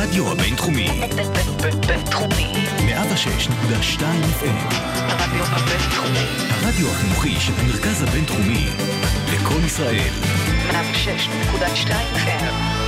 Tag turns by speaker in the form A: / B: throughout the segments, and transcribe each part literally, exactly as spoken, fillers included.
A: הרדיו הבינתחומי.
B: בינתחומי.
A: מאה ושש נקודה שתיים אף אם.
B: הרדיו הבינתחומי.
A: הרדיו החינוכי של המרכז הבינתחומי. לכל ישראל.
B: מאה ושש נקודה שתיים אף אם.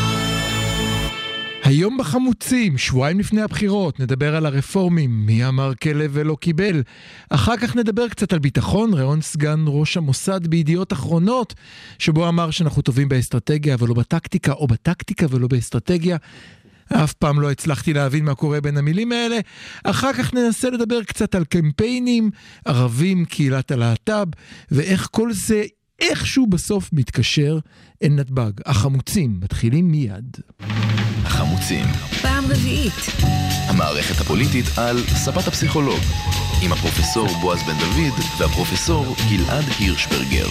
C: היום בחמוצים, שבועיים לפני הבחירות, נדבר על הרפורמים, מי אמר כלב ולא קיבל. אחר כך נדבר קצת על ביטחון, ראון סגן ראש המוסד בידיעות אחרונות, שבו אמר שאנחנו טובים באסטרטגיה ולא בטקטיקה, או בטקטיקה ולא באסטרטגיה. אף פעם לא הצלחתי להבין מה קורה בין המילים האלה. אחר כך ננסה לדבר קצת על קמפיינים, ערבים, קהילת הלהט"ב, ואיך כל זה איכשהו בסוף מתקשר אל נתב"ג. החמוצים מתחילים מיד.
A: החמוצים.
B: פעם רביעית.
A: המערכת הפוליטית על ספת הפסיכולוג. עם הפרופסור בועז בן דוד והפרופסור גלעד הירשברגר.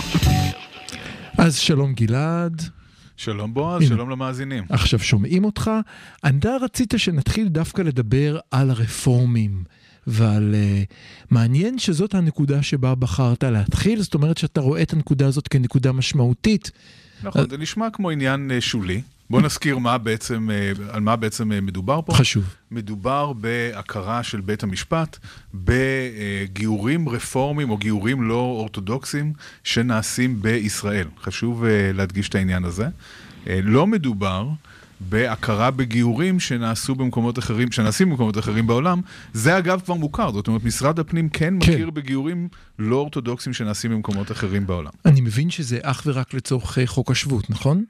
C: אז שלום גלעד.
D: שלום בועז, שלום למאזינים.
C: עכשיו שומעים אותך. אתה רצית שנתחיל דווקא לדבר על הרפורמים. ועל uh, מעניין שזאת הנקודה שבה בחרת להתחיל, זאת אומרת שאתה רואה את הנקודה הזאת כנקודה משמעותית.
D: נכון, זה נשמע כמו עניין שולי. בוא נזכיר מה בעצם, על מה בעצם מדובר פה.
C: חשוב.
D: מדובר בהכרה של בית המשפט, בגיורים רפורמיים או גיורים לא אורתודוקסיים שנעשים בישראל. חשוב להדגיש את העניין הזה. לא מדובר בהכרה בגיורים שנעשו במקומות אחרים, שנעשים במקומות אחרים בעולם. זה אגב כבר מוכר, זאת אומרת, משרד הפנים כן מכיר כן. בגיורים לא אורתודוקסיים שנעשים במקומות אחרים בעולם.
C: אני מבין שזה אך ורק לצורך חוק השבות, נכון?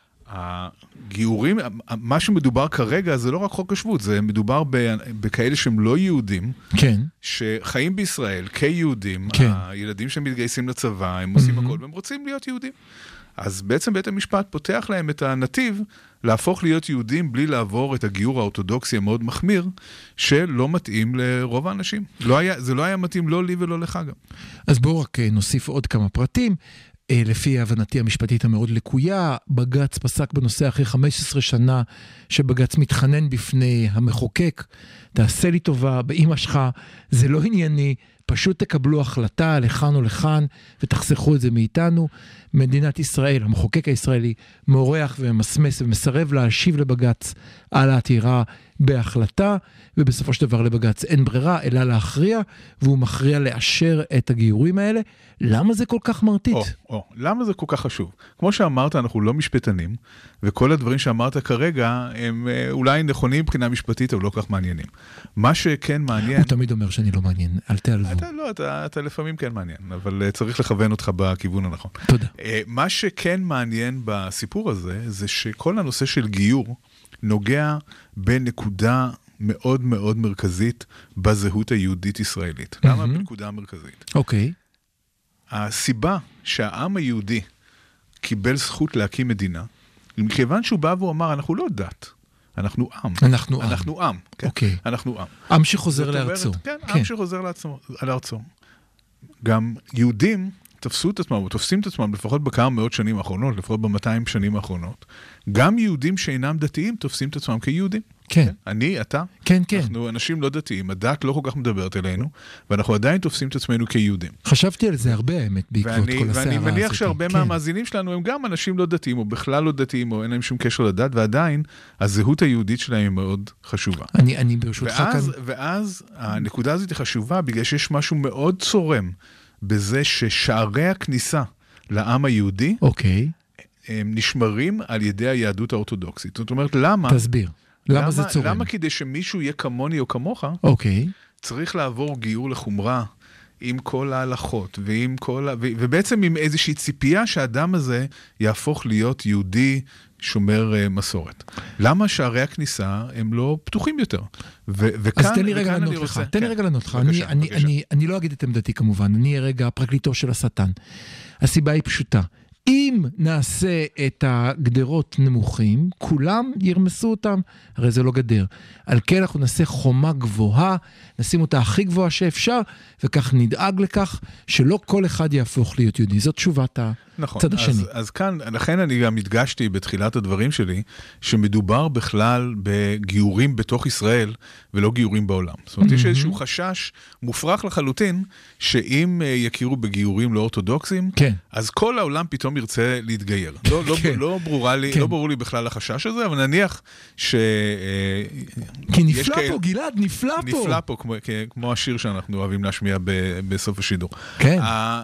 D: הגיורים, מה שמדובר כרגע זה לא רק חוק השבות, זה מדובר בכאלה שהם לא יהודים,
C: כן.
D: שחיים בישראל כיהודים,
C: כן.
D: הילדים שמתגייסים לצבא, הם עושים הכל והם רוצים להיות יהודים. אז בעצם בית המשפט פותח להם את הנתיב להפוך להיות יהודים בלי לעבור את הגיור האורתודוקסי המאוד מחמיר, שלא מתאים לרוב האנשים. לא היה, זה לא היה מתאים לא לי ולא לך גם.
C: אז בואו רק נוסיף עוד כמה פרטים. לפי הבנתי המשפטית המאוד לקויה, בג"ץ פסק בנושא אחרי חמש עשרה שנה שבג"ץ מתחנן בפני המחוקק, תעשה לי טובה, באמא שלך, זה לא ענייני, פשוט תקבלו החלטה לכאן או לכאן ותחסכו את זה מאיתנו. מדינת ישראל, המחוקק הישראלי, מורח ומסמס ומסרב להשיב לבג"ץ על העתירה בהחלטה, ובסופו של דבר לבג"ץ אין ברירה אלא להכריע, והוא מכריע לאשר את הגיורים האלה. למה זה כל כך מרטיט?
D: או, או, למה זה כל כך חשוב? כמו שאמרת, אנחנו לא משפטנים, וכל הדברים שאמרת כרגע הם אולי נכונים מבחינה משפטית, אבל לא כל כך מעניינים. מה שכן מעניין...
C: הוא תמיד אומר שאני לא מעניין, אל תעלבו.
D: אתה לא, אתה, אתה לפעמים כן מעניין, אבל צריך לכוון אותך בכיוון הנכון.
C: תודה.
D: מה שכן מעניין בסיפור הזה, זה שכל הנושא של גיור נוגע בנקודה מאוד מאוד מרכזית בזהות היהודית-ישראלית. למה בנקודה המרכזית?
C: אוקיי.
D: הסיבה שהעם היהודי קיבל זכות להקים מדינה, מכיוון שהוא בא והוא אמר, אנחנו לא דת, אנחנו עם.
C: אנחנו עם.
D: אנחנו עם, כן.
C: אוקיי.
D: אנחנו עם.
C: עם שחוזר לארצו.
D: כן, עם שחוזר לארצו. גם יהודים תפסו את עצמם, או תופסים את עצמם, לפחות בכמה מאות שנים האחרונות, לפחות ב-מאתיים שנים האחרונות, גם יהודים שאינם דתיים תופסים את עצמם כיהודים.
C: כן.
D: אני, אתה.
C: כן, כן.
D: אנחנו אנשים לא דתיים, הדת לא כל כך מדברת אלינו, ואנחנו עדיין תופסים את עצמנו כיהודים.
C: חשבתי על זה הרבה, האמת, בעקבות כל הסערה הזאת.
D: ואני מניח שהרבה מהמאזינים שלנו הם גם אנשים לא דתיים, או בכלל לא דתיים, או אין להם שום קשר לדת, ועדיין הזהות היהודית שלהם היא מאוד חשובה.
C: אני, אני ברשותך כאן...
D: ואז הנקודה הזאת היא חשובה, בגלל שיש משהו מאוד צורם, בזה ששערי הכניסה לעם היהודי,
C: אוקיי.
D: הם נשמרים על ידי היהדות האורתודוקסית. זאת אומרת, למה...
C: תסביר. למה, למה זה צורם?
D: למה כדי שמישהו יהיה כמוני או כמוך,
C: אוקיי.
D: צריך לעבור גיור לחומרה עם כל ההלכות, ועם כל ה... ו... ובעצם עם איזושהי ציפייה שהאדם הזה יהפוך להיות יהודי שומר uh, מסורת. למה שערי הכניסה הם לא פתוחים יותר? ו... וכאן,
C: אז תן לי רגע לענות לך.
D: רוצה...
C: תן לי
D: כן.
C: רגע לענות לך.
D: בבקשה,
C: אני, אני,
D: בבקשה.
C: אני, אני לא אגיד את עמדתי כמובן. אני אהיה רגע פרקליטו של השטן. הסיבה היא פשוטה. אם נעשה את הגדרות נמוכים, כולם ירמסו אותם, הרי זה לא גדר. על כן אנחנו נעשה חומה גבוהה, נשים אותה הכי גבוהה שאפשר, וכך נדאג לכך שלא כל אחד יהפוך להיות יהודי. זאת תשובת
D: נכון.
C: צד השני.
D: אז, אז כאן, לכן אני גם הדגשתי בתחילת הדברים שלי, שמדובר בכלל בגיורים בתוך ישראל, ולא גיורים בעולם. זאת אומרת, mm-hmm. יש איזשהו חשש מופרך לחלוטין, שאם יכירו בגיורים לא אורתודוקסים,
C: כן.
D: אז כל העולם פתאום ירצה להתגייר. לא, לא,
C: כן.
D: לא, ברורה לי,
C: כן.
D: לא ברור לי בכלל החשש הזה, אבל נניח ש...
C: כי נפלא
D: כאל...
C: פה, גלעד, נפלא פה.
D: נפלא פה, כמו, כמו השיר שאנחנו אוהבים להשמיע ב, בסוף השידור.
C: כן.
D: ה...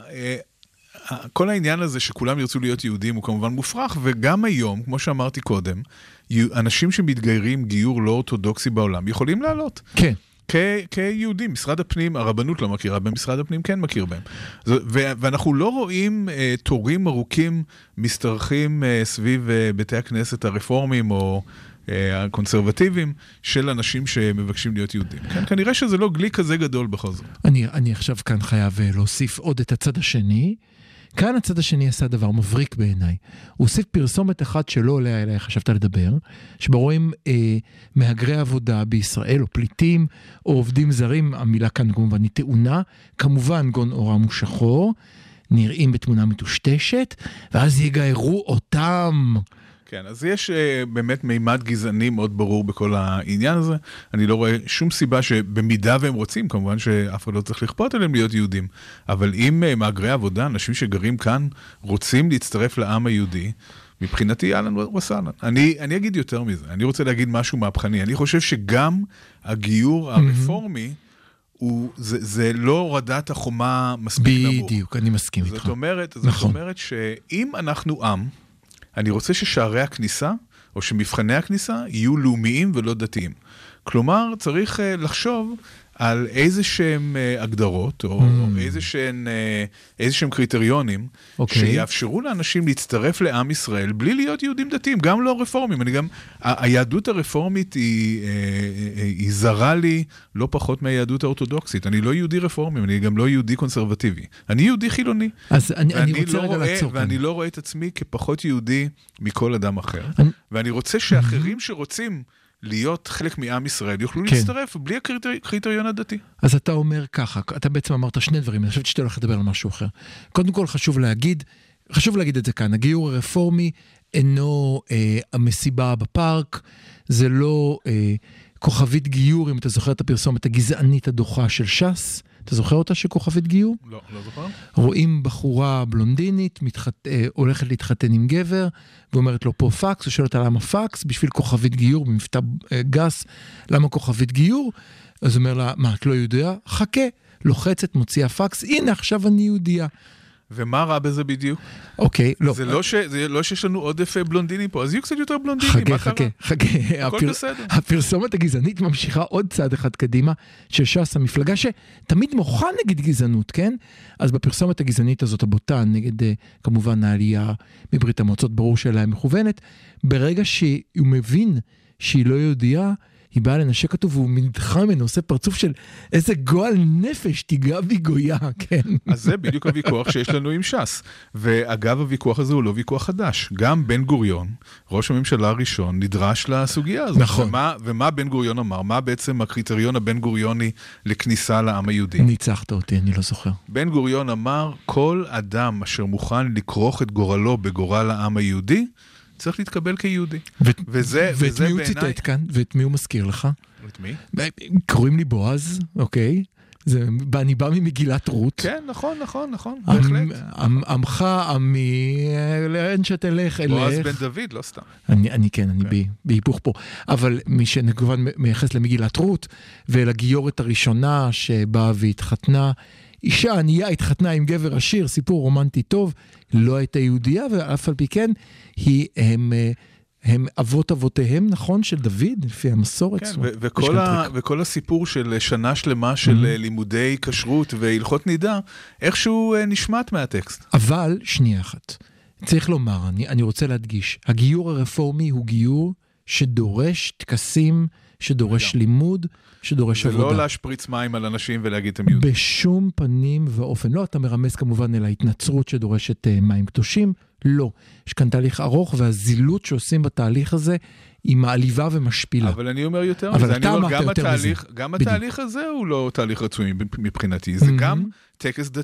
D: כל העניין הזה שכולם ירצו להיות יהודים הוא כמובן מופרך, וגם היום, כמו שאמרתי קודם, אנשים שמתגיירים גיור לא אורתודוקסי בעולם יכולים לעלות.
C: כן.
D: כ- כיהודים, משרד הפנים, הרבנות לא מכירה, במשרד הפנים כן מכיר בהם. ו- ואנחנו לא רואים uh, תורים ארוכים משתרכים uh, סביב uh, בתי הכנסת הרפורמיים או uh, הקונסרבטיביים של אנשים שמבקשים להיות יהודים. כן, כנראה שזה לא גלי כזה גדול בכל זאת.
C: אני, אני עכשיו כאן חייב להוסיף עוד את הצד השני. כאן הצד השני עשה דבר מבריק בעיניי. הוא הוסיף פרסומת אחת שלא עליה אליה חשבת לדבר, שבה רואים אה, מהגרי עבודה בישראל, או פליטים, או עובדים זרים, המילה כאן כמובן היא טעונה, כמובן גון אורם הוא שחור, נראים בתמונה מטושטשת, ואז יגיירו אותם.
D: כן, אז יש uh, באמת מימד גזעני מאוד ברור בכל העניין הזה. אני לא רואה שום סיבה שבמידה והם רוצים, כמובן שאף אחד לא צריך לכפות עליהם להיות יהודים, אבל אם uh, מאגרי עבודה, אנשים שגרים כאן, רוצים להצטרף לעם היהודי, מבחינתי אהלן וסהלן. אני, אני אגיד יותר מזה, אני רוצה להגיד משהו מהפכני. אני חושב שגם הגיור הרפורמי, הוא, זה, זה לא הורדת החומה מספיק נמוך.
C: בדיוק, אני מסכים איתך.
D: זאת אומרת, זאת
C: נכון.
D: אומרת שאם אנחנו עם, אני רוצה ששערי הכניסה, או שמבחני הכניסה, יהיו לאומיים ולא דתיים. כלומר, צריך uh, לחשוב על איזה שהם uh, הגדרות, או, mm. או איזה שהם, uh, איזה שהם קריטריונים, okay. שיאפשרו לאנשים להצטרף לעם ישראל, בלי להיות יהודים דתיים, גם לא רפורמים. אני גם, ה- היהדות הרפורמית היא, uh, היא זרה לי לא פחות מהיהדות האורתודוקסית. אני לא יהודי רפורמי, אני גם לא יהודי קונסרבטיבי. אני יהודי חילוני.
C: אז אני, אני רוצה
D: לא
C: רגע
D: רואה,
C: לעצור.
D: ואני
C: כאן.
D: לא רואה את עצמי כפחות יהודי מכל אדם אחר.
C: אני...
D: ואני רוצה שאחרים שרוצים להיות חלק מעם ישראל יוכלו
C: כן.
D: להצטרף בלי הקריטריון הדתי.
C: אז אתה אומר ככה, אתה בעצם אמרת שני דברים, אני חושבת שאתה הולך לדבר על משהו אחר. קודם כל חשוב להגיד, חשוב להגיד את זה כאן, הגיור הרפורמי אינו אה, המסיבה בפארק, זה לא אה, כוכבית גיור, אם אתה זוכר את הפרסומת הגזענית הדוחה של ש"ס, אתה זוכר אותה שכוכבית גיור?
D: לא, לא זוכר.
C: רואים בחורה בלונדינית, מתחת, אה, הולכת להתחתן עם גבר, ואומרת לו פה פקס, הוא שואל אותה למה פקס, בשביל כוכבית גיור, במבטא אה, גס, למה כוכבית גיור? אז הוא אומר לה, מה, את לא יהודיה? חכה, לוחצת, מוציאה פקס, הנה עכשיו אני יהודיה.
D: ומה רע בזה בדיוק?
C: אוקיי, לא.
D: זה לא, ש... זה לא שיש לנו עודף בלונדינים פה, אז יהיו קצת יותר בלונדינים,
C: חכה,
D: מה
C: חכה,
D: קרה?
C: חכה.
D: הכל
C: הפר...
D: בסדר.
C: הפרסומת הגזענית ממשיכה עוד צעד אחד קדימה, של ש"ס, המפלגה שתמיד מוחה נגד גזענות, כן? אז בפרסומת הגזענית הזאת, הבוטה, נגד כמובן העלייה מברית המועצות, ברור שאלה מכוונת, ברגע שהוא מבין שהיא לא יהודייה, היא באה לנשק כתוב, והוא נדחה ממנו, עושה פרצוף של איזה גועל נפש, תיגע בי גויה, כן.
D: אז זה בדיוק הוויכוח שיש לנו עם ש"ס. ואגב, הוויכוח הזה הוא לא ויכוח חדש. גם בן גוריון, ראש הממשלה הראשון, נדרש לסוגיה הזאת.
C: נכון.
D: ומה, ומה בן גוריון אמר? מה בעצם הקריטריון הבן גוריוני לכניסה לעם היהודי?
C: ניצחת אותי, אני לא זוכר.
D: בן גוריון אמר, כל אדם אשר מוכן לכרוך את גורלו בגורל העם היהודי, צריך להתקבל כיהודי.
C: ו-
D: וזה,
C: ואת
D: וזה
C: מי הוא
D: בעיניי...
C: ציטט כאן? ואת מי הוא מזכיר לך?
D: את מי?
C: קוראים לי בועז, אוקיי? זה, אני בא ממגילת רות.
D: כן, נכון, נכון, נכון, בהחלט.
C: עמך, עמי, לאן שתלך, אלך.
D: בועז בן דוד, לא סתם.
C: אני, אני כן, אני ב- בהיפוך פה. אבל מי שנכוון מייחס למגילת רות, ולגיורת הראשונה שבאה והתחתנה, אישה ענייה התחתנה עם גבר עשיר, סיפור רומנטי טוב, לא הייתה יהודייה, ואף על פי כן, היא, הם, הם אבות אבותיהם, נכון, של דוד, לפי המסורת.
D: כן, ו- וכל, ה- וכל הסיפור של שנה שלמה של mm-hmm. לימודי כשרות והלכות נידה, איכשהו נשמט מהטקסט.
C: אבל, שנייה אחת, צריך לומר, אני, אני רוצה להדגיש, הגיור הרפורמי הוא גיור שדורש תקסים, שדורש לימוד, שדורש עבודה.
D: זה לא להשפריץ מים על אנשים ולהגיד אתם יהודים.
C: בשום פנים ואופן. לא, אתה מרמז כמובן אל ההתנצרות שדורשת uh, מים קדושים. לא. יש כאן תהליך ארוך, והזילות שעושים בתהליך הזה היא מעליבה ומשפילה.
D: אבל אני אומר יותר
C: אבל
D: מזה.
C: אתה
D: אני אומר,
C: אמרת
D: גם
C: יותר
D: התהליך,
C: מזה.
D: גם
C: בדיוק.
D: התהליך הזה הוא לא תהליך רצוי מבחינתי. זה
C: Mm-hmm.
D: גם טקס דתי.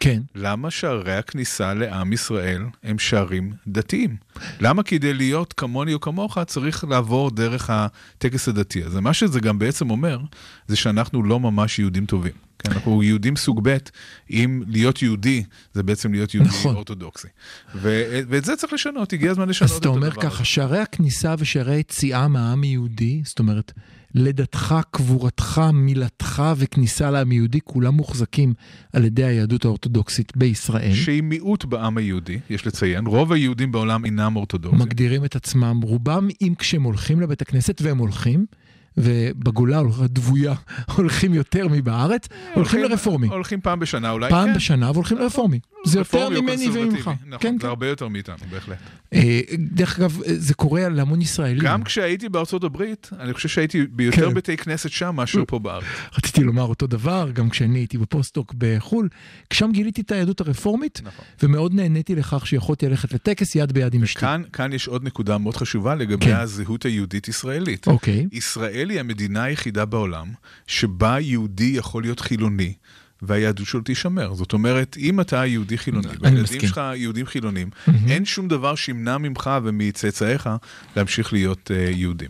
C: כן.
D: למה שערי הכניסה לעם ישראל הם שערים דתיים? למה כדי להיות כמוני או כמוך צריך לעבור דרך הטקס הדתי הזה? מה שזה גם בעצם אומר, זה שאנחנו לא ממש יהודים טובים. כן, אנחנו יהודים סוג ב', אם להיות יהודי, זה בעצם להיות יהודי נכון. אורתודוקסי. ו- ואת זה צריך לשנות, הגיע הזמן לשנות את הדבר הזה.
C: אז אתה אומר ככה, שערי הכניסה ושערי היציאה מהעם היהודי, זאת אומרת, לידתך, קבורתך, מילתך וכניסה לעם יהודי, כולם מוחזקים על ידי היהדות האורתודוקסית בישראל.
D: שהיא מיעוט בעם היהודי, יש לציין, רוב היהודים בעולם אינם אורתודוקסים.
C: מגדירים את עצמם, רובם אם כשהם הולכים לבית הכנסת, והם הולכים, ובגולה דבויה הולכים יותר מבארץ, הולכים לרפורמי.
D: הולכים פעם בשנה אולי.
C: פעם בשנה והולכים לרפורמי. זה יותר ממני וממך.
D: נכון, זה הרבה יותר מאיתנו, בהחלט.
C: דרך אגב, זה קורה להמון ישראלים.
D: גם כשהייתי בארצות הברית, אני חושב שהייתי ביותר בתי כנסת שם מאשר פה בארץ.
C: רציתי לומר אותו דבר, גם כשאני הייתי בפוסט-דוק בחול, כשם גיליתי את היהדות הרפורמית, ומאוד נהניתי לכך שיכולתי ללכת לטקס יד ביד עם אשתי.
D: כאן יש עוד נקודה מאוד חשובה לגבי הזהות היהודית-ישראלית.
C: אוקיי.
D: ישראל היא המדינה היחידה בעולם שבה יהודי יכול להיות חילוני, והיהדות שלו תישמר. זאת אומרת, אם אתה יהודי חילוני, והילדים שלך יהודים חילונים, אין שום דבר שימנע ממך ומצאצאיך להמשיך להיות יהודים.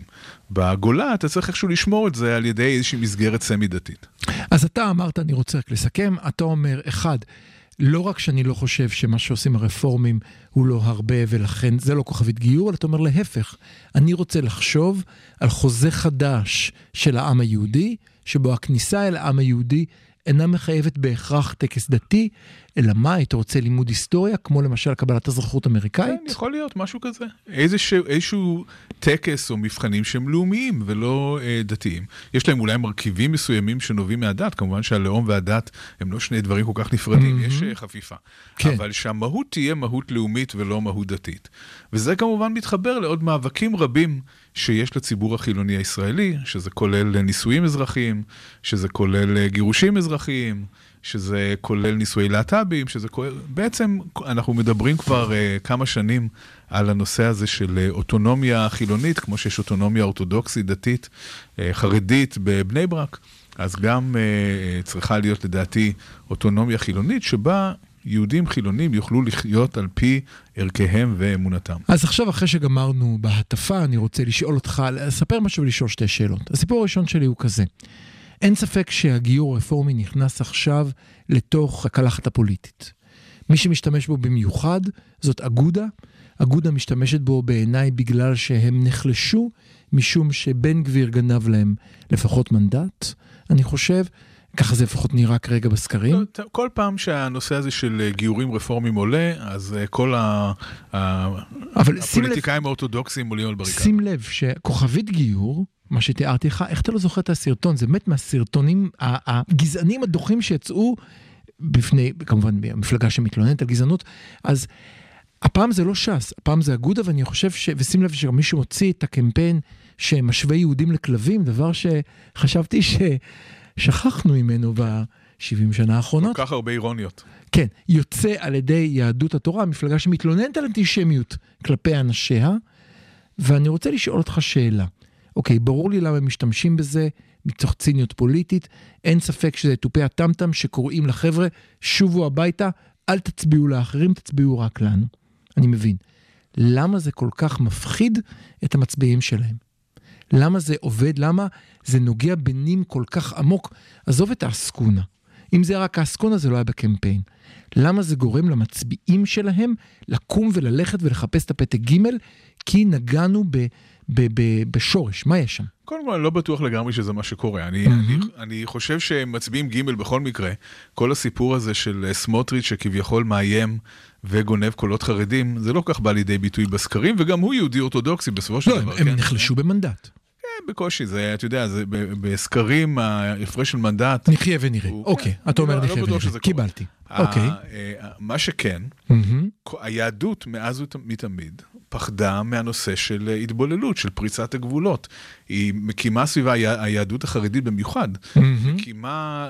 D: בגולה אתה צריך איכשהו לשמור את זה על ידי איזושהי מסגרת סמי דתית.
C: אז אתה אמרת, אני רוצה רק לסכם, אתה אומר, אחד, לא רק שאני לא חושב שמה שעושים הרפורמים הוא לא הרבה ולכן זה לא כוכבית גיור, אלא אתה אומר להפך, אני רוצה לחשוב על חוזה חדש של העם היהודי, שבו הכניסה אל העם היהודי אינה מחייבת בהכרח טקס דתי, אלא מה, היית רוצה לימוד היסטוריה, כמו למשל קבלת אזרחות אמריקאית?
D: כן, יכול להיות משהו כזה. איזשהו, איזשהו טקס או מבחנים שהם לאומיים ולא אה, דתיים. יש להם אולי מרכיבים מסוימים שנובעים מהדת, כמובן שהלאום והדת הם לא שני דברים כל כך נפרדים, mm-hmm. יש אה, חפיפה. כן. אבל שהמהות תהיה מהות לאומית ולא מהות דתית. וזה כמובן מתחבר לעוד מאבקים רבים שיש לציבור החילוני הישראלי, שזה כולל נישואים אזרחיים, שזה כולל גירושים אזרחיים, שזה כולל נישואי להט"בים, שזה כולל... בעצם אנחנו מדברים כבר uh, כמה שנים על הנושא הזה של uh, אוטונומיה חילונית, כמו שיש אוטונומיה אורתודוקסית, דתית, uh, חרדית בבני ברק, אז גם uh, צריכה להיות לדעתי אוטונומיה חילונית, שבה יהודים חילונים יוכלו לחיות על פי ערכיהם ואמונתם.
C: אז עכשיו אחרי שגמרנו בהטפה, אני רוצה לשאול אותך, לספר משהו ולשאול שתי שאלות. הסיפור הראשון שלי הוא כזה. אין ספק שהגיור הרפורמי נכנס עכשיו לתוך הקלחת הפוליטית. מי שמשתמש בו במיוחד זאת אגודה. אגודה משתמשת בו בעיניי בגלל שהם נחלשו, משום שבן גביר גנב להם לפחות מנדט. אני חושב, ככה זה לפחות נראה כרגע בסקרים.
D: כל פעם שהנושא הזה של גיורים רפורמיים עולה, אז כל הפוליטיקאים האורתודוקסיים עולים על בריקה.
C: שים לב שכוכבית גיור, מה שתיארתי לך, איך אתה לא זוכר את הסרטון? זה באמת מהסרטונים הגזענים הדוחים שיצאו בפני, כמובן, המפלגה שמתלוננת על גזענות, אז הפעם זה לא ש"ס, הפעם זה אגודה, ואני חושב ש... ושים לב שגם מישהו מוציא את הקמפיין שמשווה יהודים לכלבים, דבר שחשבתי ששכחנו ממנו ב-שבעים שנה האחרונות.
D: כל כך הרבה אירוניות.
C: כן, יוצא על ידי יהדות התורה, המפלגה שמתלוננת על אנטישמיות כלפי אנשיה, ואני רוצה לשאול אותך שאלה. אוקיי, ברור לי למה הם משתמשים בזה, מתוך ציניות פוליטית, אין ספק שזה תופי הטמטם שקוראים לחבר'ה, שובו הביתה, אל תצביעו לאחרים, תצביעו רק לנו. אני מבין. למה זה כל כך מפחיד את המצביעים שלהם? למה זה עובד? למה זה נוגע בינים כל כך עמוק? עזוב את האסקונה. אם זה רק האסקונה, זה לא היה בקמפיין. למה זה גורם למצביעים שלהם לקום וללכת ולחפש את הפתק ג' כי נגענו ב... בשורש, מה יש שם?
D: קודם כל, אני לא בטוח לגמרי שזה מה שקורה. אני, אני, אני חושב שמצביעים ג' בכל מקרה, כל הסיפור הזה של סמוטריץ' שכביכול מאיים וגונב קולות חרדים, זה לא כך בא לידי ביטוי בסקרים, וגם הוא יהודי אורתודוקסי בסופו של דבר.
C: לא, הם נחלשו במנדט.
D: כן, בקושי, זה, אתה יודע, זה בסקרים, ההפרש של מנדט.
C: נחיה ונראה. אוקיי, אתה אומר נחיה ונראה. קיבלתי. אוקיי.
D: מה שכן, היהדות מאז ומתמיד פחדה מהנושא של התבוללות, של פריצת הגבולות. היא מקימה סביבה, היהדות החרדית במיוחד, מקימה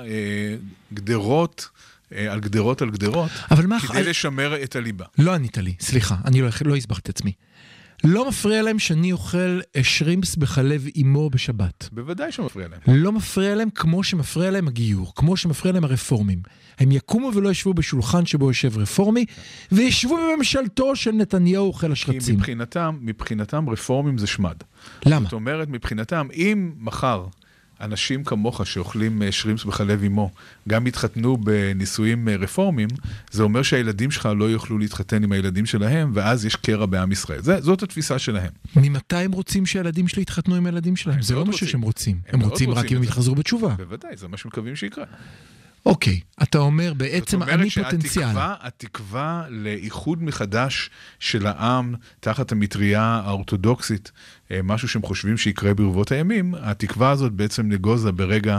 D: גדרות על גדרות על גדרות, כדי לשמר את הליבה.
C: לא ענית לי, סליחה, אני לא הסברתי את עצמי. לא מפריע להם שאני אוכל שרימפס בחלב אימו בשבת.
D: בוודאי שמפריע להם.
C: לא מפריע להם כמו שמפריע להם הגיור, כמו שמפריע להם הרפורמים. הם יקומו ולא ישבו בשולחן שבו יושב רפורמי, וישבו בממשלתו של נתניהו אוכל השרצים.
D: כי מבחינתם, מבחינתם רפורמים זה שמד.
C: למה?
D: זאת אומרת, מבחינתם, אם מחר אנשים כמוך שאוכלים שרימפס בחלב אימו, גם התחתנו בנישואים רפורמים, זה אומר שהילדים שלך לא יוכלו להתחתן עם הילדים שלהם, ואז יש קרע בעם ישראל. זה, זאת התפיסה שלהם.
C: ממתי הם רוצים שהילדים שלי יתחתנו עם הילדים שלהם? זה לא משהו שהם רוצים. הם רוצים רק אם הם יתחזרו בתשובה.
D: בוודאי, זה מה שמקווים שיקרה.
C: אוקיי, אתה אומר בעצם אני פוטנציאל.
D: זאת אומרת שהתקווה לאיחוד מחדש של העם תחת המטריה האורתודוקסית, משהו שהם חושבים שיקרה ברבות הימים, התקווה הזאת בעצם נגוזה ברגע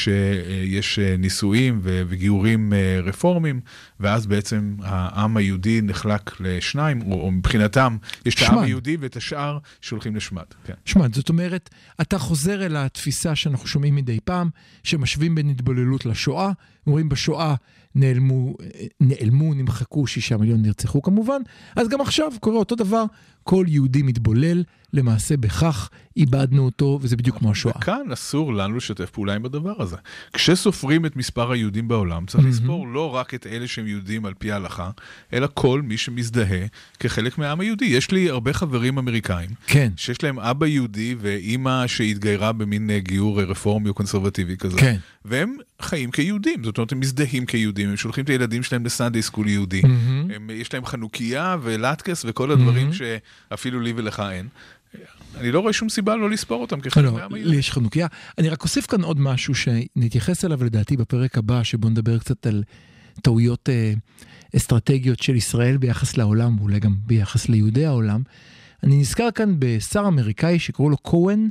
D: שיש נישואים וגיורים רפורמים, ואז בעצם העם היהודי נחלק לשניים, או מבחינתם יש את העם היהודי ואת השאר שהולכים לשמד.
C: שמד, זאת אומרת, אתה חוזר אל התפיסה שאנחנו שומעים מדי פעם, שמשווים בין התבוללות לשואה, אומרים בשואה נעלמו, נעלמו, נמחקו, שישה מיליון נרצחו כמובן, אז גם עכשיו קורה אותו דבר, כל יהודי מתבולל, למעשה בכך איבדנו אותו, וזה בדיוק כמו השואה.
D: וכאן אסור לנו לשתף פעולה עם הדבר הזה. כשסופרים את מספר היהודים בעולם, צריך mm-hmm. לספור לא רק את אלה שהם יהודים על פי ההלכה, אלא כל מי שמזדהה כחלק מהעם היהודי. יש לי הרבה חברים אמריקאים,
C: כן.
D: שיש להם אבא יהודי ואימא שהתגיירה במין גיור רפורמי או קונסרבטיבי כזה.
C: כן.
D: והם חיים כיהודים, זאת אומרת, הם מזדהים כיהודים, הם שולחים את הילדים שלהם לסנדיי סקול יהודי, mm-hmm. הם, יש להם חנוכיה ולטקס וכל הדברים mm-hmm. שאפילו לי ולך אין. אני לא רואה שום סיבה לא לספור אותם כחלק מהעם היהודי.
C: לי יש חנוכיה. אני רק אוסיף כאן עוד משהו שנתייחס אליו לדעתי בפרק הבא, שבו נדבר קצת על טעויות אה, אסטרטגיות של ישראל ביחס לעולם, ואולי גם ביחס ליהודי העולם. אני נזכר כאן בשר אמריקאי שקראו לו כהן,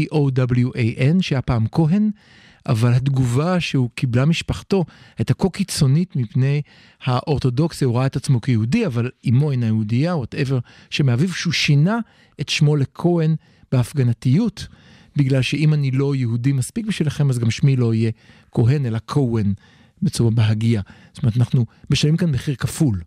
C: C-O-W-A-N, שהיה פעם כהן, אבל התגובה שהוא קיבלה משפחתו הייתה כה קיצונית מפני האורתודוקסיה, הוא ראה את עצמו כיהודי, אבל אמו אינה יהודייה, whatever, שמאביו שהוא שינה את שמו לכהן בהפגנתיות, בגלל שאם אני לא יהודי מספיק בשבילכם, אז גם שמי לא יהיה כהן, אלא כהן בצורה בהגיע. זאת אומרת, אנחנו משלמים כאן מחיר כפול.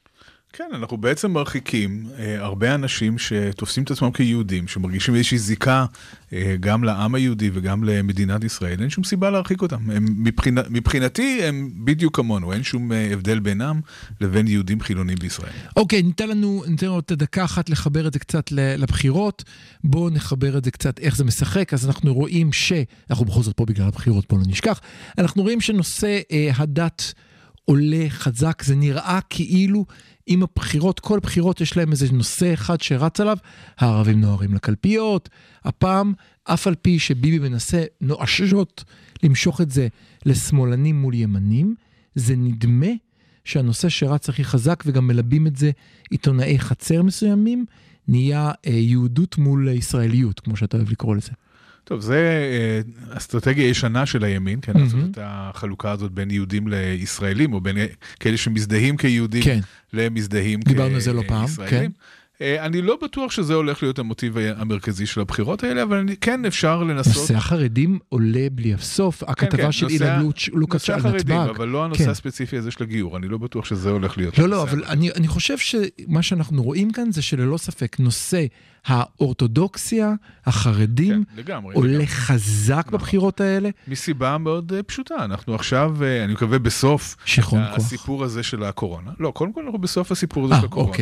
D: כן, אנחנו בעצם מרחיקים אה, הרבה אנשים שתופסים את עצמם כיהודים, שמרגישים איזושהי זיקה אה, גם לעם היהודי וגם למדינת ישראל. אין שום סיבה להרחיק אותם. הם, מבחינה, מבחינתי הם בדיוק כמונו, אין שום אה, הבדל בינם לבין יהודים חילונים בישראל.
C: אוקיי, ניתן לנו, ניתן לנו את הדקה אחת לחבר את זה קצת לבחירות. בואו נחבר את זה קצת איך זה משחק. אז אנחנו רואים ש... אנחנו בכל זאת פה בגלל הבחירות, פה לא נשכח. אנחנו רואים שנושא אה, הדת עולה חזק, זה נראה כאילו עם הבחירות, כל הבחירות יש להם איזה נושא אחד שרץ עליו, הערבים נוערים לקלפיות, הפעם, אף על פי שביבי מנסה נואשות למשוך את זה לשמאלנים מול ימנים, זה נדמה שהנושא שרץ הכי חזק, וגם מלבים את זה עיתונאי חצר מסוימים, נהיה אה, יהודות מול ישראליות, כמו שאתה אוהב לקרוא לזה.
D: טוב, זה אסטרטגיה ישנה של הימין, כן, לעשות את החלוקה הזאת בין יהודים לישראלים, או בין כאלה שמזדהים כיהודים למזדהים כישראלים.
C: דיברנו על זה לא פעם, כן.
D: אני לא בטוח שזה הולך להיות המוטיב המרכזי של הבחירות האלה, אבל כן אפשר לנסות...
C: נושא החרדים עולה בלי הסוף, הכתבה של אילן לוקאץ' על נתב"ג.
D: אבל לא הנושא הספציפי הזה של הגיור, אני לא בטוח שזה הולך להיות...
C: לא, לא, אבל אני חושב שמה שאנחנו רואים כאן זה שללא ספק נושא האורתודוקסיה, החרדים, עולה חזק בבחירות האלה.
D: מסיבה מאוד פשוטה, אנחנו עכשיו, אני מקווה בסוף הסיפור הזה של הקורונה. לא, קודם כל אנחנו בסוף הסיפור הזה של הקורונה.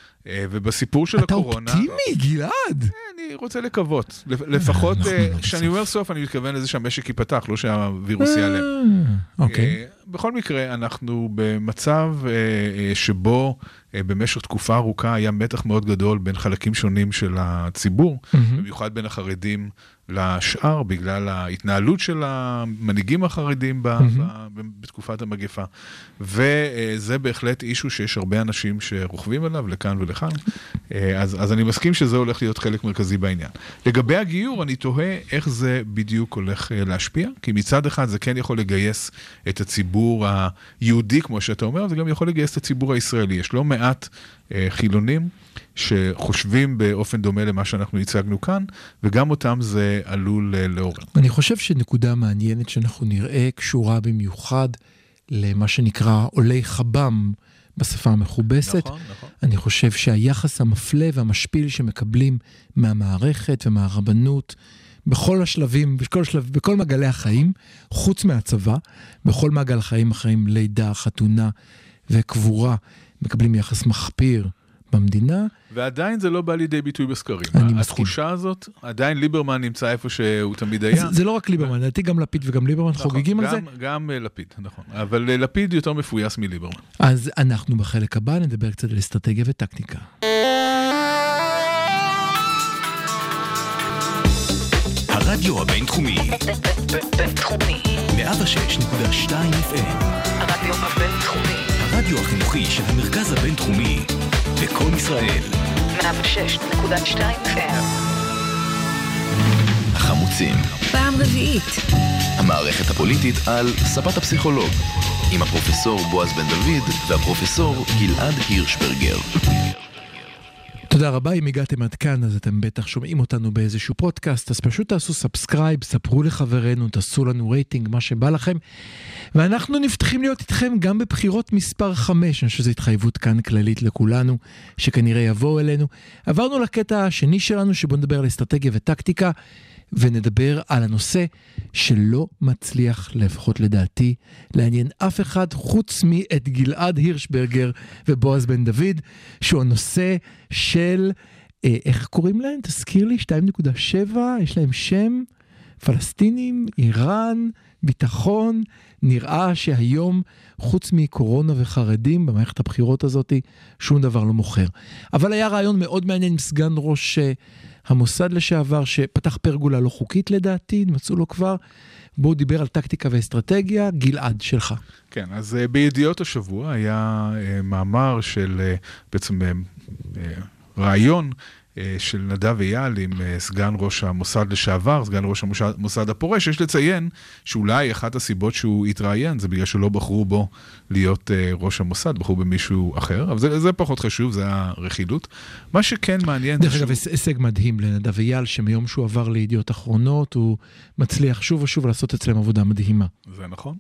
D: ובסיפור של הקורונה...
C: אתה אופטימי, גלעד.
D: אני רוצה לקוות. לפחות, כשאני אומר סוף, אני מתכוון לזה שהמשק ייפתח, לא שהווירוס ייעלם.
C: אוקיי.
D: בכל מקרה, אנחנו במצב שבו במשך תקופה ארוכה היה מתח מאוד גדול בין חלקים שונים של הציבור, במיוחד בין החרדים לשאר, בגלל ההתנהלות של המנהיגים החרדים בתקופת המגפה. וזה בהחלט אישו שיש הרבה אנשים שרוכבים עליו לכאן ולכאן. אז, אז אני מסכים שזה הולך להיות חלק מרכזי בעניין. לגבי הגיור, אני תוהה איך זה בדיוק הולך להשפיע, כי מצד אחד זה כן יכול לגייס את הציבור היהודי, כמו שאתה אומר, זה גם יכול לגייס את הציבור הישראלי. יש לא מעט חילונים שחושבים באופן דומה למה שאנחנו הצגנו כאן, וגם אותם זה עלול לעורר.
C: אני חושב שנקודה מעניינת שאנחנו נראה קשורה במיוחד למה שנקרא עולי חב"ם בשפה המכובסת.
D: נכון, נכון.
C: אני חושב שהיחס המפלה והמשפיל שמקבלים מהמערכת ומהרבנות, בכל השלבים, בכל, שלב, בכל מעגלי החיים, חוץ מהצבא, בכל מעגל החיים אחרים, לידה, חתונה וקבורה, מקבלים יחס מחפיר במדינה.
D: ועדיין זה לא בא לידי ביטוי בסקרים.
C: אני מסכים.
D: התחושה הזאת, עדיין ליברמן נמצא איפה שהוא תמיד היה.
C: זה, זה לא רק ליברמן, לדעתי גם לפיד וגם ליברמן
D: נכון,
C: חוגגים
D: גם,
C: על זה.
D: גם לפיד, נכון. אבל לפיד יותר מפויס מליברמן.
C: אז אנחנו בחלק הבא נדבר קצת על אסטרטגיה וטקטיקה.
A: הרדיו הבינתחומי,
B: בינתחומי.
A: מאה ושש נקודה שתיים אף אם.
B: הרדיו הבינתחומי.
A: הרדיו החינוכי של המרכז הבינתחומי, לקום ישראל.
B: מאה ושש נקודה שתיים אף אם.
A: החמוצים,
B: פעם רביעית.
A: המערכת הפוליטית על ספת הפסיכולוג, עם הפרופסור בועז בן דוד והפרופסור גלעד הירשברגר.
C: תודה רבה, אם הגעתם עד כאן, אז אתם בטח שומעים אותנו באיזשהו פודקאסט, אז פשוט תעשו סאבסקרייב, ספרו לחברינו, תעשו לנו רייטינג, מה שבא לכם, ואנחנו נפתחים להיות איתכם גם בבחירות מספר חמש, אני חושב שזו התחייבות כאן כללית לכולנו, שכנראה יבואו אלינו. עברנו לקטע השני שלנו, שבו נדבר על אסטרטגיה וטקטיקה, ונדבר על הנושא שלא מצליח, לפחות לדעתי, לעניין אף אחד חוץ מאת גלעד הירשברגר ובועז בן דוד, שהוא הנושא של, אה, איך קוראים להם? תזכיר לי, שתיים נקודה שבע, יש להם שם, פלסטינים, איראן, ביטחון. נראה שהיום, חוץ מקורונה וחרדים, במערכת הבחירות הזאת, שום דבר לא מוכר. אבל היה רעיון מאוד מעניין עם סגן ראש המוסד לשעבר, שפתח פרגולה לא חוקית לדעתי, מצאו לו כבר, בו דיבר על טקטיקה ואסטרטגיה. גלעד, שלך.
D: כן, אז uh, בידיעות השבוע היה uh, מאמר של uh, בעצם uh, uh, רעיון uh, של נדב אייל עם uh, סגן ראש המוסד לשעבר, סגן ראש המוסד הפורש. יש לציין שאולי אחת הסיבות שהוא התראיין, זה בגלל שלא בחרו בו להיות uh, ראש המוסד, בחרו במישהו אחר, אבל זה, זה פחות חשוב, זה הרכילות. מה שכן מעניין...
C: דרך אגב, שהוא... הישג מדהים לנדב אייל, שמיום שהוא עבר לידיעות אחרונות, הוא מצליח שוב ושוב לעשות אצלם עבודה מדהימה.
D: זה נכון.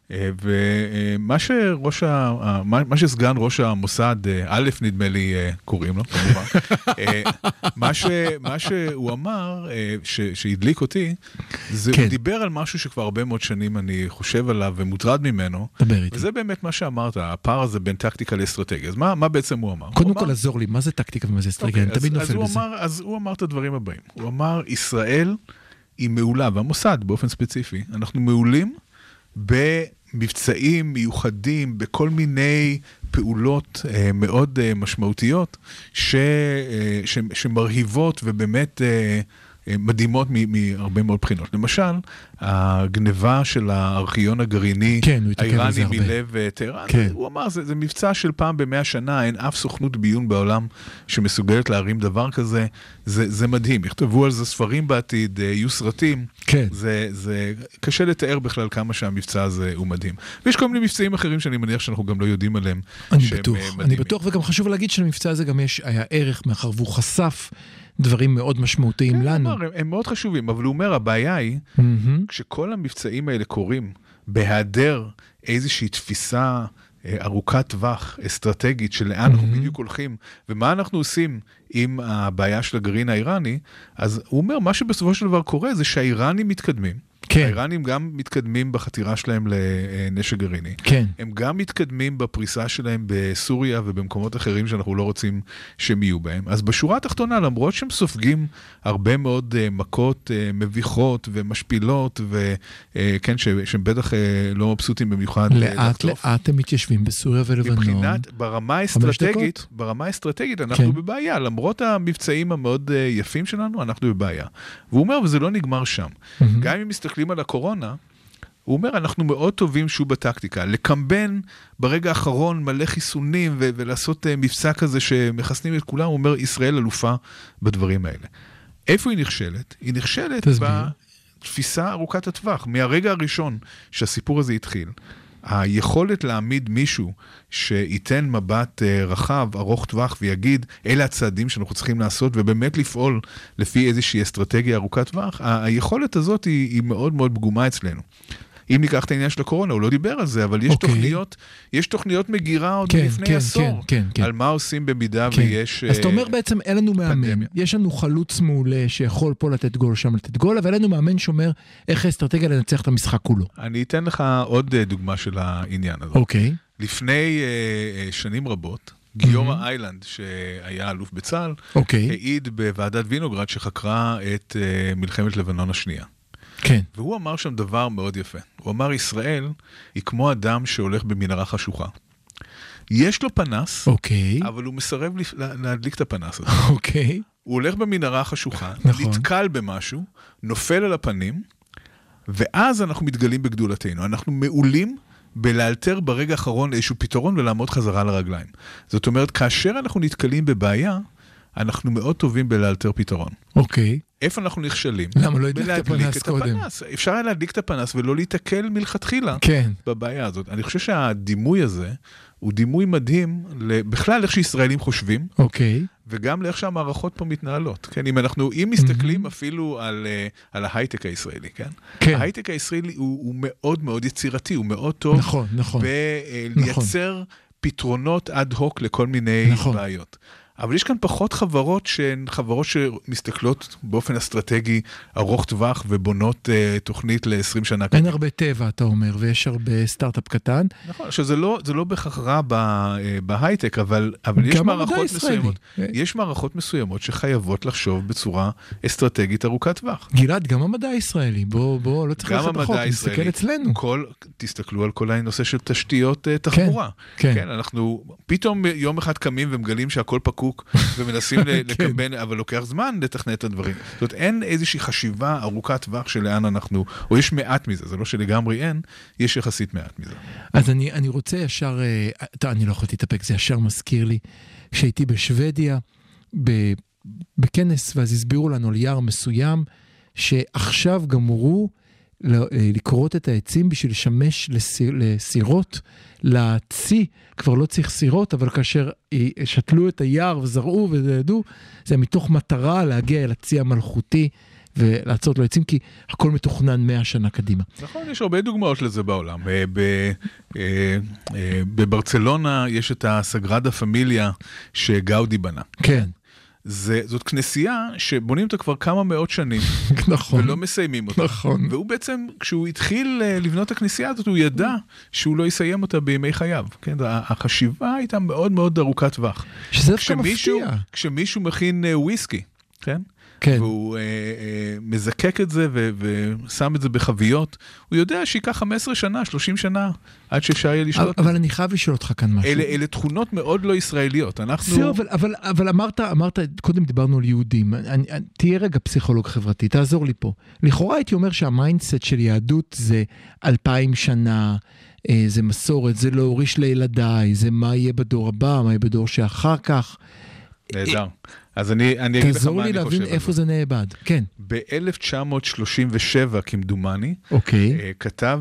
D: ומה שראש ה... מה שסגן ראש המוסד, א' נדמה לי קוראים לו, כמובן. מה ש... מה שהוא אמר, ש... שהדליק אותי, זה הוא דיבר על משהו שכבר הרבה מאוד שנים אני חושב עליו ומוטרד ממנו. וזה באמת מה שאמרת, הפער הזה בין טקטיקה לאסטרטגיה. אז מה, מה בעצם הוא אמר?
C: קודם כל עזור לי, מה זה טקטיקה ומה זה אסטרטגיה? אני תמיד נופל בזה.
D: אז הוא אמר את הדברים הבאים. הוא אמר, ישראל היא מעולה, והמוסד באופן ספציפי, אנחנו מעולים במבצעים מיוחדים, בכל מיני פעולות אה, מאוד אה, משמעותיות, ש, אה, ש, שמרהיבות ובאמת אה, אה, מדהימות מהרבה מאוד בחינות. למשל, הגניבה של הארכיון הגרעיני,
C: כן,
D: האיראני מלב טהרן, כן. הוא אמר, זה, זה מבצע של פעם במאה שנה, אין אף סוכנות ביון בעולם שמסוגלת להרים דבר כזה, זה, זה מדהים, יכתבו על זה ספרים בעתיד, יהיו סרטים,
C: כן.
D: זה, זה קשה לתאר בכלל כמה שהמבצע הזה הוא מדהים. ויש כל מיני מבצעים אחרים שאני מניח שאנחנו גם לא יודעים עליהם.
C: אני בטוח, אני בטוח, וגם חשוב להגיד שלמבצע הזה גם יש, היה ערך מאחר והוא חשף דברים מאוד משמעותיים לנו.
D: הם, הם מאוד חשובים, אבל הוא אומר, הבעיה היא, כשכל המבצעים האלה קורים, בהיעדר איזושהי תפיסה ארוכת טווח, אסטרטגית, של לאן אנחנו בדיוק הולכים, ומה אנחנו עושים עם הבעיה של הגרעין האיראני, אז הוא אומר, מה שבסופו של דבר קורה, זה שהאיראנים מתקדמים, כן. האיראנים גם מתקדמים בחתירה שלהם לנשק גרעיני.
C: כן.
D: הם גם מתקדמים בפריסה שלהם בסוריה ובמקומות אחרים שאנחנו לא רוצים שהם יהיו בהם. אז בשורה התחתונה, למרות שהם סופגים הרבה מאוד מכות מביכות ומשפילות, וכן, שהם בטח לא מבסוטים במיוחד.
C: לאט לאט הם מתיישבים בסוריה ולבנון.
D: מבחינת, ברמה האסטרטגית, ברמה האסטרטגית אנחנו כן. בבעיה. למרות המבצעים המאוד יפים שלנו, אנחנו בבעיה. והוא אומר, וזה לא נגמר שם. Mm-hmm. גם אם מסתכלים על הקורונה, הוא אומר, אנחנו מאוד טובים שוב בטקטיקה, לקמבן ברגע האחרון מלא חיסונים ו- ולעשות uh, מבצע כזה שמחסנים את כולם, הוא אומר, ישראל אלופה בדברים האלה. איפה היא נכשלת? היא נכשלת בתפיסה ארוכת הטווח. מהרגע הראשון שהסיפור הזה התחיל, היכולת להעמיד מישהו שייתן מבט uh, רחב, ארוך טווח, ויגיד, אלה הצעדים שאנחנו צריכים לעשות, ובאמת לפעול לפי איזושהי אסטרטגיה ארוכת טווח, ה- היכולת הזאת היא, היא מאוד מאוד פגומה אצלנו. אם ניקח את העניין של הקורונה, הוא לא דיבר על זה, אבל יש
C: אוקיי.
D: תוכניות, יש תוכניות מגירה עוד
C: כן,
D: לפני
C: כן,
D: עשור,
C: כן, כן, כן.
D: על מה עושים במידה
C: כן.
D: ויש...
C: אז אתה אומר בעצם, אין לנו מאמן,
D: פנדמיה.
C: יש לנו חלוץ מעולה שיכול פה לתת גול, שם לתת גול, אבל אין לנו מאמן שאומר איך האסטרטגיה לנצח את המשחק כולו.
D: אני אתן לך עוד אה, דוגמה של העניין הזה.
C: אוקיי.
D: לפני אה, אה, שנים רבות, גיורא איילנד, שהיה אלוף בצה"ל,
C: אוקיי.
D: העיד בוועדת וינוגרד שחקרה את אה, מלחמת לבנון השנייה.
C: כן.
D: והוא אמר שם דבר מאוד יפה. הוא אמר, ישראל היא כמו אדם שהולך במנהרה חשוכה. יש לו פנס,
C: אוקיי.
D: אבל הוא מסרב לפ- לה- להדליק את הפנס הזה.
C: אוקיי.
D: הוא הולך במנהרה חשוכה,
C: נכון.
D: נתקל במשהו, נופל על הפנים, ואז אנחנו מתגלים בגדולתנו. אנחנו מעולים בלאלתר ברגע האחרון איזשהו פתרון ולעמוד חזרה על הרגליים. זאת אומרת, כאשר אנחנו נתקלים בבעיה, אנחנו מאוד טובים בלאלתר פתרון.
C: אוקיי.
D: איפה אנחנו נכשלים?
C: למה לא הדליק את
D: בלהדליק
C: הפנס קודם?
D: הפנס. אפשר היה להדליק את הפנס ולא להתקל מלכתחילה
C: כן.
D: בבעיה הזאת. אני חושב שהדימוי הזה הוא דימוי מדהים, בכלל איך שישראלים חושבים,
C: אוקיי.
D: וגם לאיך שהמערכות פה מתנהלות. כן, אם אנחנו, אם מסתכלים אפילו על, על ההייטק הישראלי, כן?
C: כן.
D: ההייטק הישראלי הוא, הוא מאוד מאוד יצירתי, הוא מאוד טוב.
C: נכון, נכון.
D: בלייצר פתרונות אד הוק לכל מיני
C: נכון.
D: בעיות. אבל יש כאן פחות חברות שהן חברות שמסתכלות באופן אסטרטגי ארוך טווח ובונות uh, תוכנית ל-עשרים שנה.
C: אין הרבה טבע, אתה אומר, ויש הרבה סטארט-אפ קטן.
D: נכון, שזה לא, זה לא בהכרח רע בהייטק, אבל, אבל יש מערכות מסוימות, יש מערכות מסוימות שחייבות לחשוב בצורה אסטרטגית ארוכת טווח.
C: גלעד, גם המדע הישראלי, בוא, בוא, לא צריך ללכת רחוק, נסתכל אצלנו.
D: כל, תסתכלו על כל הנושא של תשתיות uh, תחבורה.
C: כן, כן.
D: כן, אנחנו פתאום יום אחד קמים ומגלים שהכל פקוק, ומנסים לקבל, אבל לוקח זמן לתכנת את הדברים. זאת אומרת, אין איזושהי חשיבה ארוכת טווח שלאן אנחנו, או יש מעט מזה, זה לא שלגמרי אין, יש יחסית מעט מזה.
C: אז אני, אני רוצה ישר, טוב, אני לא יכול להתאפק, זה ישר מזכיר לי, כשהייתי בשוודיה, בכנס, ואז הסבירו לנו על יער מסוים, שעכשיו גמרו לקרות את העצים בשביל לשמש לסירות, להציא, כבר לא צריך סירות, אבל כאשר שתלו את היער וזרעו וידעו, זה מתוך מטרה להגיע אל הצי המלכותי ולעצות לו עצים, כי הכל מתוכנן מאה שנה קדימה.
D: נכון, יש הרבה דוגמאות לזה בעולם. בברצלונה יש את הסגרדה פמיליה שגאודי בנה.
C: כן.
D: זה, זאת כנסייה שבונים אותה כבר כמה מאות שנים,
C: נכון,
D: ולא מסיימים אותה.
C: נכון.
D: והוא בעצם, כשהוא התחיל לבנות את הכנסייה הזאת, הוא ידע שהוא לא יסיים אותה בימי חייו. כן? החשיבה הייתה מאוד מאוד ארוכת טווח.
C: שזה דווקא מפתיע.
D: כשמישהו מכין וויסקי, כן?
C: כן.
D: והוא אה, אה, מזקק את זה ו- ושם את זה בחביות, הוא יודע שיקח חמש עשרה שנה, שלושים שנה, עד שאפשר יהיה לשלוט.
C: אבל אני חייב לשאול אותך כאן משהו.
D: אלה, אלה תכונות מאוד לא ישראליות. אנחנו...
C: זהו, אבל, אבל, אבל אמרת, אמרת, קודם דיברנו על יהודים, אני, אני, תהיה רגע פסיכולוג חברתי, תעזור לי פה. לכאורה הייתי אומר שהמיינדסט של יהדות זה אלפיים שנה, זה מסורת, זה לא הוריש לילדיי, זה מה יהיה בדור הבא, מה יהיה בדור שאחר כך.
D: נהדר. אז אני, אני אגיד לך מה אני חושב.
C: תעזור לי להבין איפה זה נאבד. כן.
D: ב-אלף תשע מאות שלושים ושבע, כמדומני,
C: אוקיי.
D: כתב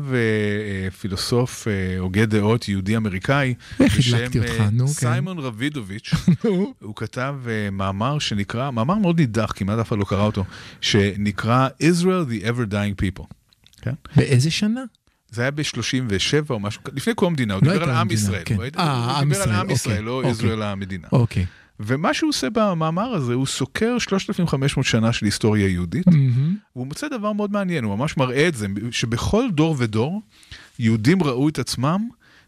D: פילוסוף, הוגה דעות, יהודי אמריקאי,
C: איך הדלקתי אותך, נו, כן.
D: סיימון רבידוביץ', הוא כתב מאמר שנקרא, מאמר מאוד נידח, כמעט אף אחד לא קרא אותו, שנקרא Israel the ever dying people. כן?
C: באיזה שנה?
D: זה היה ב-שלושים ושבע או משהו, לפני קום המדינה, הוא דיבר על עם ישראל. הוא דיבר על עם ישראל, לא ישראל המדינה.
C: אוקיי.
D: ומה שהוא עושה במאמר הזה, הוא סוקר שלושת אלפים וחמש מאות שנה של היסטוריה יהודית, והוא מוצא דבר מאוד מעניין, הוא ממש מראה את זה, שבכל דור ודור, יהודים ראו את עצמם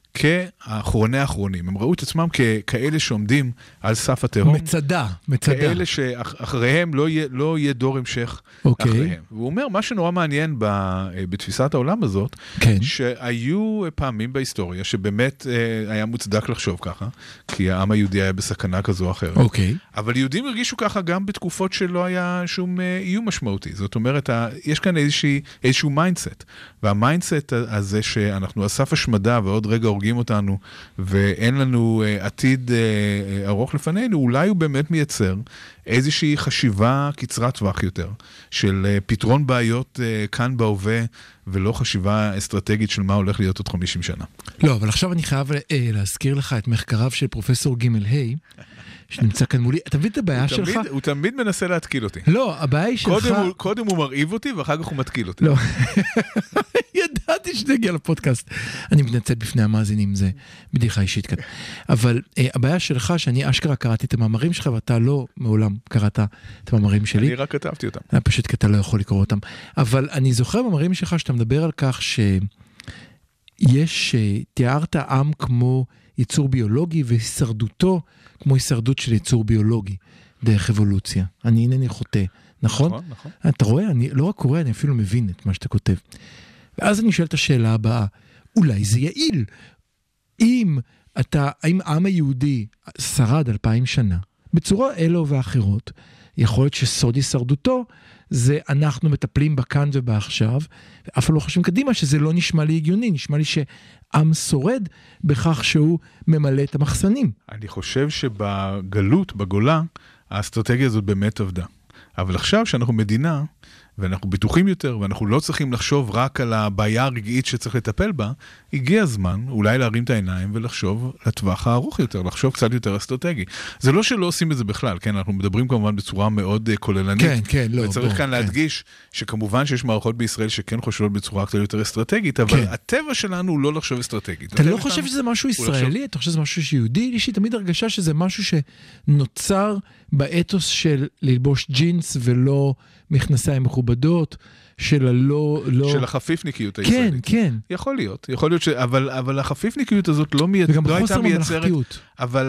D: כאחרוני האחרונים. הם ראו את עצמם ככאלה שעומדים על סף התהום.
C: מצדה, מצדה.
D: כאלה שאחריהם לא יהיה, לא יהיה דור המשך okay. אחריהם. והוא אומר, מה שנורא מעניין בתפיסת העולם הזאת, כן. שהיו פעמים בהיסטוריה שבאמת היה מוצדק לחשוב ככה, כי העם היהודי היה בסכנה כזו או אחרת.
C: Okay.
D: אבל יהודים הרגישו ככה גם בתקופות שלא היה שום איום משמעותי. זאת אומרת, יש כאן איזושהי, איזשהו מיינדסט. והמיינדסט הזה שאנחנו על סף השמדה ועוד רגע הורגים אותנו, ואין לנו uh, עתיד uh, ארוך לפנינו, אולי הוא באמת מייצר איזושהי חשיבה קצרת טווח יותר, של uh, פתרון בעיות uh, כאן בהווה, ולא חשיבה אסטרטגית של מה הולך להיות עוד חמישים שנה.
C: לא, אבל עכשיו אני חייב uh, להזכיר לך את מחקריו של פרופסור גימל היי, שנמצא כאן מולי. אתה מבין את הבעיה שלך?
D: תמיד, הוא תמיד מנסה להתקיל אותי.
C: לא, הבעיה היא שלך...
D: קודם הוא, קודם הוא מרעיב אותי, ואחר כך הוא מתקיל אותי.
C: לא. ידעתי שנגיע לפודקאסט. אני מתנצל בפני המאזינים, זה בדיחה אישית כאן. אבל אה, הבעיה שלך, שאני אשכרה קראתי את המאמרים שלך, ואתה לא מעולם קראת את המאמרים שלי.
D: אני רק כתבתי אותם.
C: פשוט כי אתה לא יכול לקרוא אותם. אבל אני זוכר במאמרים שלך שאתה מדבר על כך שיש, תיארת עם כמו יצור ביולוגי, והישרדותו כמו הישרדות של יצור ביולוגי, דרך אבולוציה. אני אינני חוטא, נכון?
D: נכון, נכון.
C: אתה רואה, אני לא רק קורא, אני אפילו מבין את מה שאתה כותב. ואז אני שואל את השאלה הבאה, אולי זה יעיל? אם אתה, האם העם היהודי שרד אלפיים שנה, בצורה אלו ואחרות, יכול להיות שסוד הישרדותו, זה אנחנו מטפלים בכאן ובעכשיו, ואף לא חושבים קדימה שזה לא נשמע לי הגיוני, נשמע לי שעם שורד בכך שהוא ממלא את המחסנים.
D: אני חושב שבגלות, בגולה, האסטרטגיה הזאת באמת עבדה. אבל עכשיו שאנחנו מדינה, ואנחנו בטוחים יותר, ואנחנו לא צריכים לחשוב רק על הבעיה הרגעית שצריך לטפל בה, הגיע הזמן אולי להרים את העיניים ולחשוב לטווח הארוך יותר, לחשוב קצת יותר אסטרטגי. זה לא שלא עושים את זה בכלל, כן? אנחנו מדברים כמובן בצורה מאוד uh, כוללנית.
C: כן, כן, לא,
D: וצריך
C: בוא,
D: כאן
C: כן.
D: להדגיש שכמובן שיש מערכות בישראל שכן חושבות בצורה קצת יותר אסטרטגית, אבל
C: כן.
D: הטבע שלנו הוא לא לחשוב אסטרטגית.
C: אתה לא חושב שזה משהו ישראלי? אתה חושב שזה משהו שיהודי? יש לי תמיד הרגשה שזה משהו שנוצר באתוס של ללבוש ג'ינס ולא מכנסיים מכובדות, של הלא... לא...
D: של החפיפניקיות
C: כן,
D: הישראלית.
C: כן.
D: יכול להיות, יכול להיות ש... אבל, אבל החפיפניקיות הזאת לא, מי...
C: וגם
D: לא הייתה
C: בחוסר
D: מייצרת...
C: ממלכתיות.
D: אבל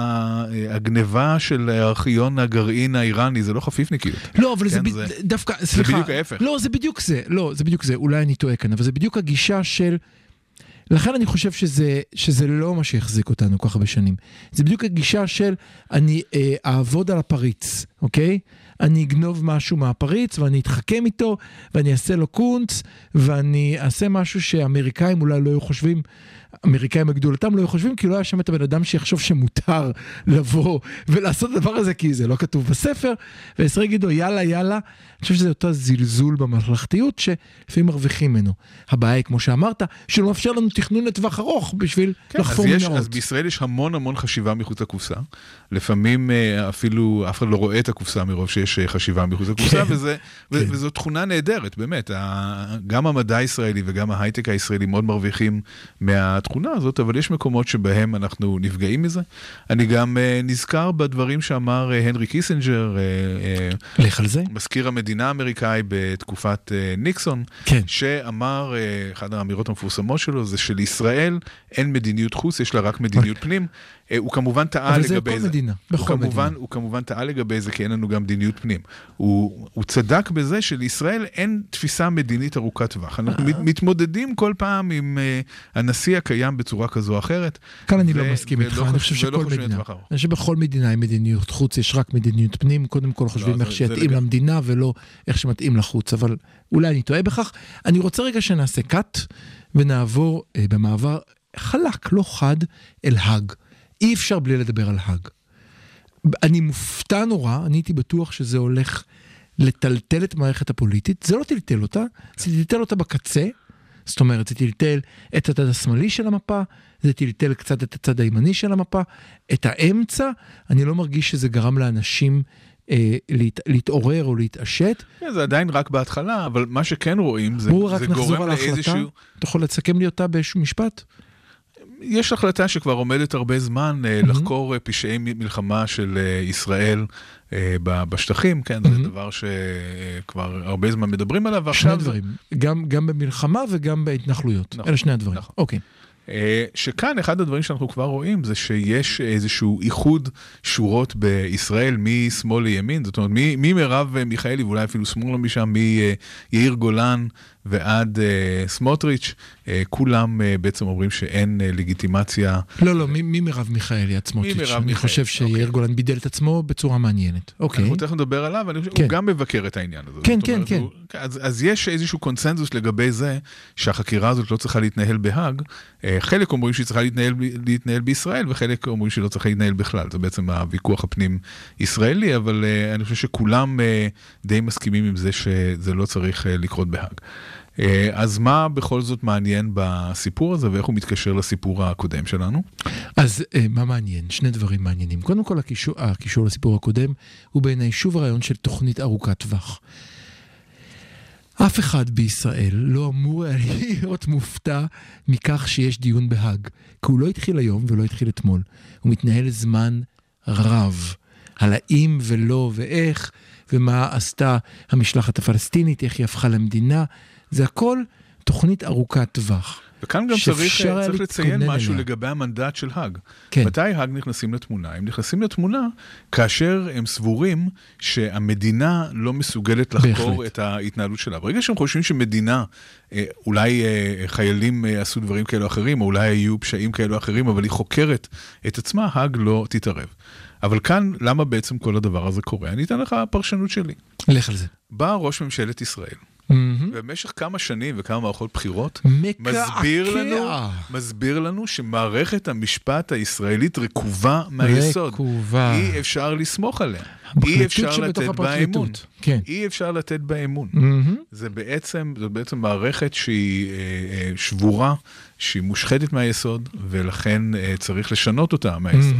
D: הגניבה של ארכיון הגרעין האיראני, זה לא חפיפניקיות.
C: לא, אבל
D: כן,
C: זה, ב...
D: זה
C: דווקא, סליחה.
D: זה בדיוק ההפך.
C: לא, זה בדיוק זה. לא, זה בדיוק זה. אולי אני טועה כאן, אבל זה בדיוק הגישה של... לכן אני חושב שזה, שזה לא מה שיחזיק אותנו כל כך הרבה שנים. זה בדיוק הגישה של אני אה, אעבוד על הפריץ, אוקיי? אני אגנוב משהו מהפריץ ואני אתחכם איתו ואני אעשה לו קונץ ואני אעשה משהו שאמריקאים אולי לא היו חושבים, אמריקאים הגדולתם לא היו חושבים, כי לא היה שם את הבן אדם שיחשוב שמותר לבוא ולעשות את הדבר הזה, כי זה לא כתוב בספר, וישראל יגידו יאללה יאללה. אני חושב שזה יותר זלזול בממלכתיות שלפעמים מרוויחים ממנו. הבעיה היא, כמו שאמרת, שלא מאפשר לנו תכנון לטווח ארוך בשביל
D: כן,
C: לחפור
D: אז יש,
C: מנהרות.
D: אז בישראל יש המון המון חשיבה מחוץ לקופסה. לפעמים אפילו אף אחד לא רואה את הקופסה מרוב שיש חשיבה מחוץ לקופסה,
C: כן,
D: וזה,
C: כן.
D: וזו תכונה נהדרת, באמת. גם המדע הישראלי וגם ההייטק הישראלי מאוד מרוויחים מהתכונה הזאת, אבל יש מקומות שבהם אנחנו נפגעים מזה. אני גם נזכר בדברים שאמר הנרי קיסינג'ר,
C: לך על זה?
D: מזכיר המדינה האמריקאי בתקופת ניקסון,
C: כן.
D: שאמר, אחד האמירות המפורסמות שלו, זה שלישראל אין מדיניות חוץ, יש לה רק מדיניות פנים. הוא כמובן טעה לגבי זה.
C: אבל זה בכל מדינה, בכל מדינה.
D: הוא כמובן טעה לגבי זה, כי אין לנו גם מדיניות פנים. הוא, הוא צדק בזה שלישראל אין תפיסה מדינית ארוכת טווח. אנחנו מתמודדים כל פעם עם הנשיא הקיים בצורה כזו או אחרת.
C: כאן אני לא מסכים איתך, אני חושב שכל מדינה. אני חושב שבכל מדינה עם מדיניות חוץ, יש רק מדיניות פנים, קודם כל חושבים איך שיתאים למדינה, ולא איך שמתאים לחוץ, אבל אולי אני טועה בכך. אני רוצה רגע שנעשה קאט, ונעבור במעבר חלק, לא חד, אל האג. אי אפשר בלי לדבר על האג. אני מופתע נורא, אני הייתי בטוח שזה הולך לטלטל את מערכת הפוליטית, זה לא טלטל אותה, זה טלטל אותה בקצה, זאת אומרת, זה טלטל את הצד השמאלי של המפה, זה טלטל קצת את הצד הימני של המפה, את האמצע, אני לא מרגיש שזה גרם לאנשים אה, להת, להתעורר או להתעשת.
D: כן, זה עדיין רק בהתחלה, אבל מה שכן רואים, זה, זה גורם לאיזשהו...
C: אתה יכול לסכם לי אותה באיזשהו משפט?
D: יש החלטה שכבר עומדת הרבה זמן mm-hmm. לחקור פשעי מלחמה של ישראל בשטחים, כן, mm-hmm. זה דבר שכבר הרבה זמן מדברים עליו.
C: שני דברים, גם, גם במלחמה וגם בהתנחלויות, נכון, אלה שני הדברים. נכון. אוקיי.
D: שכאן אחד הדברים שאנחנו כבר רואים זה שיש איזשהו איחוד שורות בישראל משמאל לימין, זאת אומרת ממרב מיכאלי ואולי אפילו שמאלה משם, מיאיר גולן ועד uh, סמוטריץ', uh, כולם uh, בעצם אומרים שאין uh, לגיטימציה.
C: לא, לא, ממרב מיכאלי עד סמוטריץ'. אני חושב שיאיר גולן בידל את עצמו בצורה מעניינת. אוקיי.
D: אנחנו תכף נדבר עליו, אני חושב שהוא גם מבקר את העניין הזה.
C: כן, כן, כן.
D: אז יש איזשהו קונסנזוס לגבי זה, שהחקירה הזאת לא צריכה להתנהל בהאג. חלק אומרים שהיא צריכה להתנהל בישראל, וחלק אומרים שהיא לא צריכה להתנהל בכלל. זה בעצם הוויכוח הפנים ישראלי, אבל אני חושב שכולם די מסכימים עם זה שזה לא צריך לקרות בהאג. אז מה בכל זאת מעניין בסיפור הזה, ואיך הוא מתקשר לסיפור הקודם שלנו?
C: אז מה מעניין? שני דברים מעניינים. קודם כל, הקישור, הקישור לסיפור הקודם, הוא בעיניי שוב הרעיון של תוכנית ארוכת טווח. אף אחד בישראל לא אמור להיות מופתע מכך שיש דיון בהאג, כי הוא לא התחיל היום ולא התחיל אתמול. הוא מתנהל זמן רב, על האם ולא ואיך, ומה עשתה המשלחת הפלסטינית, איך היא הפכה למדינה. זה הכל תוכנית ארוכת טווח.
D: וכאן גם צריך, צריך לציין משהו אליה. לגבי המנדט של האג.
C: כן.
D: מתי האג נכנסים לתמונה? הם נכנסים לתמונה כאשר הם סבורים שהמדינה לא מסוגלת לחקור בהחלט. את ההתנהלות שלה. ברגע שהם חושבים שמדינה, אולי חיילים עשו דברים כאלו אחרים, או אולי היו פשעים כאלו אחרים, אבל היא חוקרת את עצמה, האג לא תתערב. אבל כאן, למה בעצם כל הדבר הזה קורה? אני אתן לך הפרשנות שלי.
C: לך על זה.
D: בא ראש ממשלת ישראל. במשך כמה שנים וכמה מערכות בחירות, מסביר לנו, מסביר לנו שמערכת המשפט הישראלית רקובה מהיסוד.
C: רקובה.
D: אי אפשר לסמוך עליה. אי אפשר לתת בה אמון.
C: כן.
D: אי אפשר לתת בה אמון. זה בעצם, זאת בעצם מערכת שהיא שבורה, שהיא מושחתת מהיסוד, ולכן צריך לשנות אותה מהיסוד.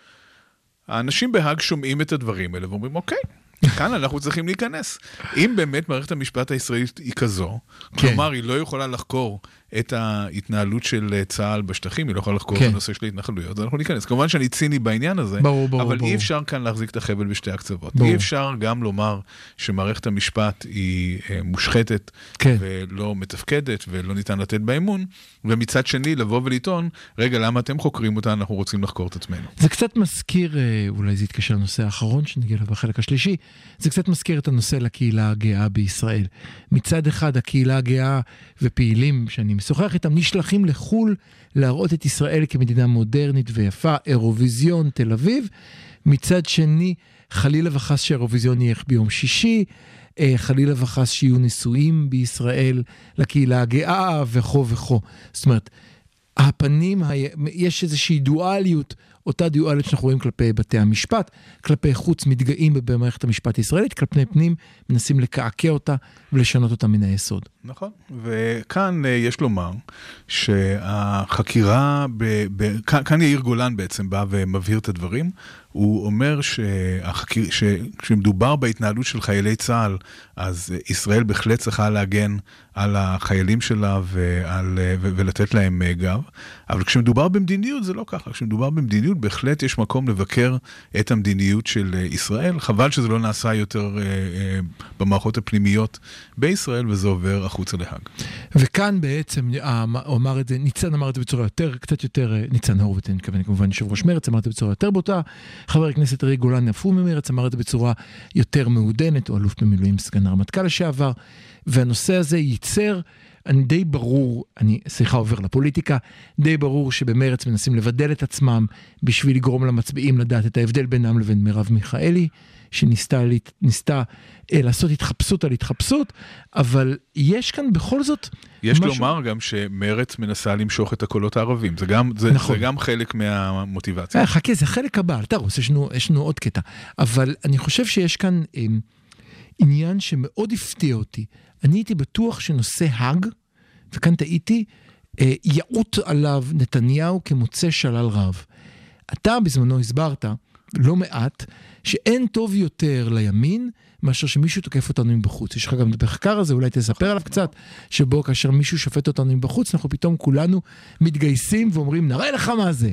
D: האנשים בהאג שומעים את הדברים האלה ואומרים, אוקיי, כאן אנחנו צריכים להיכנס. אם באמת מערכת המשפט הישראלית היא כזו, כלומר, היא לא יכולה לחקור את ההתנהלות של צה"ל בשטחים, היא לא יכולה לחקור את הנושא של ההתנחלויות, אז אנחנו ניכנס. כמובן שאני ציני בעניין הזה, אבל אי אפשר כאן להחזיק את החבל בשתי הקצוות. אי אפשר גם לומר שמערכת המשפט היא מושחתת ולא מתפקדת ולא ניתן לתת בה אמון, ומצד שני לבוא ולטעון, רגע, למה אתם חוקרים אותה, אנחנו רוצים לחקור את עצמנו.
C: זה קצת מזכיר, אולי זה יתקשר לנושא האחרון שנגיע לו בחלק השלישי, זה קצת מזכיר את הנושא לקהילה הגאה בישראל. מצד אחד, הקהילה הגאה ופעילים שאני משוחח איתם, נשלחים לחול להראות את ישראל כמדינה מודרנית ויפה, אירוויזיון, תל אביב. מצד שני, חלילה וחס שהאירוויזיון יהיה ביום שישי, חלילה וחס שיהיו נישואים בישראל לקהילה הגאה וכו וכו. זאת אומרת, הפנים, יש איזושהי דואליות, אותה דואליות שאנחנו רואים כלפי בתי המשפט, כלפי חוץ מתגאים במערכת המשפט הישראלית, כלפי פנים מנסים לקעקע אותה ולשנות אותה מן היסוד. נכון,
D: וכאן יש לומר שהחקירה, ב, ב, כאן, כאן יאיר גולן בעצם בא ומבהיר את הדברים, הוא אומר שהחקיר, שמדובר בהתנהלות של חיילי צה"ל, אז ישראל בהחלט צריכה להגן על החיילים שלה ועל, ו, ולתת להם גב, אבל כשמדובר במדיניות זה לא ככה, כשמדובר במדיניות בהחלט יש מקום לבקר את המדיניות של ישראל, חבל שזה לא נעשה יותר אה, אה, במערכות הפנימיות בישראל, וזה עובר החוצה להאג.
C: וכאן בעצם, הוא אמר את זה, ניצן אמר את זה בצורה יותר, קצת יותר, ניצן הורוביץ, אני מתכוון, כמובן יושב ראש מרץ, אמר את זה בצורה יותר בוטה, חבר הכנסת יאיר גולן אף הוא ממרץ, אמר את זה בצורה יותר מעודנת, או אלוף במילואים סגן הרמטכ"ל לשעבר, והנושא הזה ייצר, אני די ברור, אני סליחה עובר לפוליטיקה, די ברור שבמרץ מנסים לבדל את עצמם בשביל לגרום למצביעים לדעת את ההבדל בינם לבין מרב מיכאלי, שניסתה ניסתה, אה, לעשות התחפשות על התחפשות, אבל יש כאן בכל זאת...
D: יש משהו... לומר גם שמרץ מנסה למשוך את הקולות הערבים, זה גם, זה, נכון. זה גם חלק מהמוטיבציה.
C: אה, חכה, זה חלק הבא, אל תרוס, יש לנו, יש לנו עוד קטע, אבל אני חושב שיש כאן אה, עניין שמאוד הפתיע אותי, אני הייתי בטוח שנושא האג, וכאן טעיתי, אה, יעוט עליו נתניהו כמוצא שלל רב. אתה בזמנו הסברת, לא מעט, שאין טוב יותר לימין, מאשר שמישהו תוקף אותנו מבחוץ. יש לך גם את המחקר הזה, אולי תספר עליו קצת, שבו כאשר מישהו שופט אותנו מבחוץ, אנחנו פתאום כולנו מתגייסים ואומרים, נראה לך מה זה.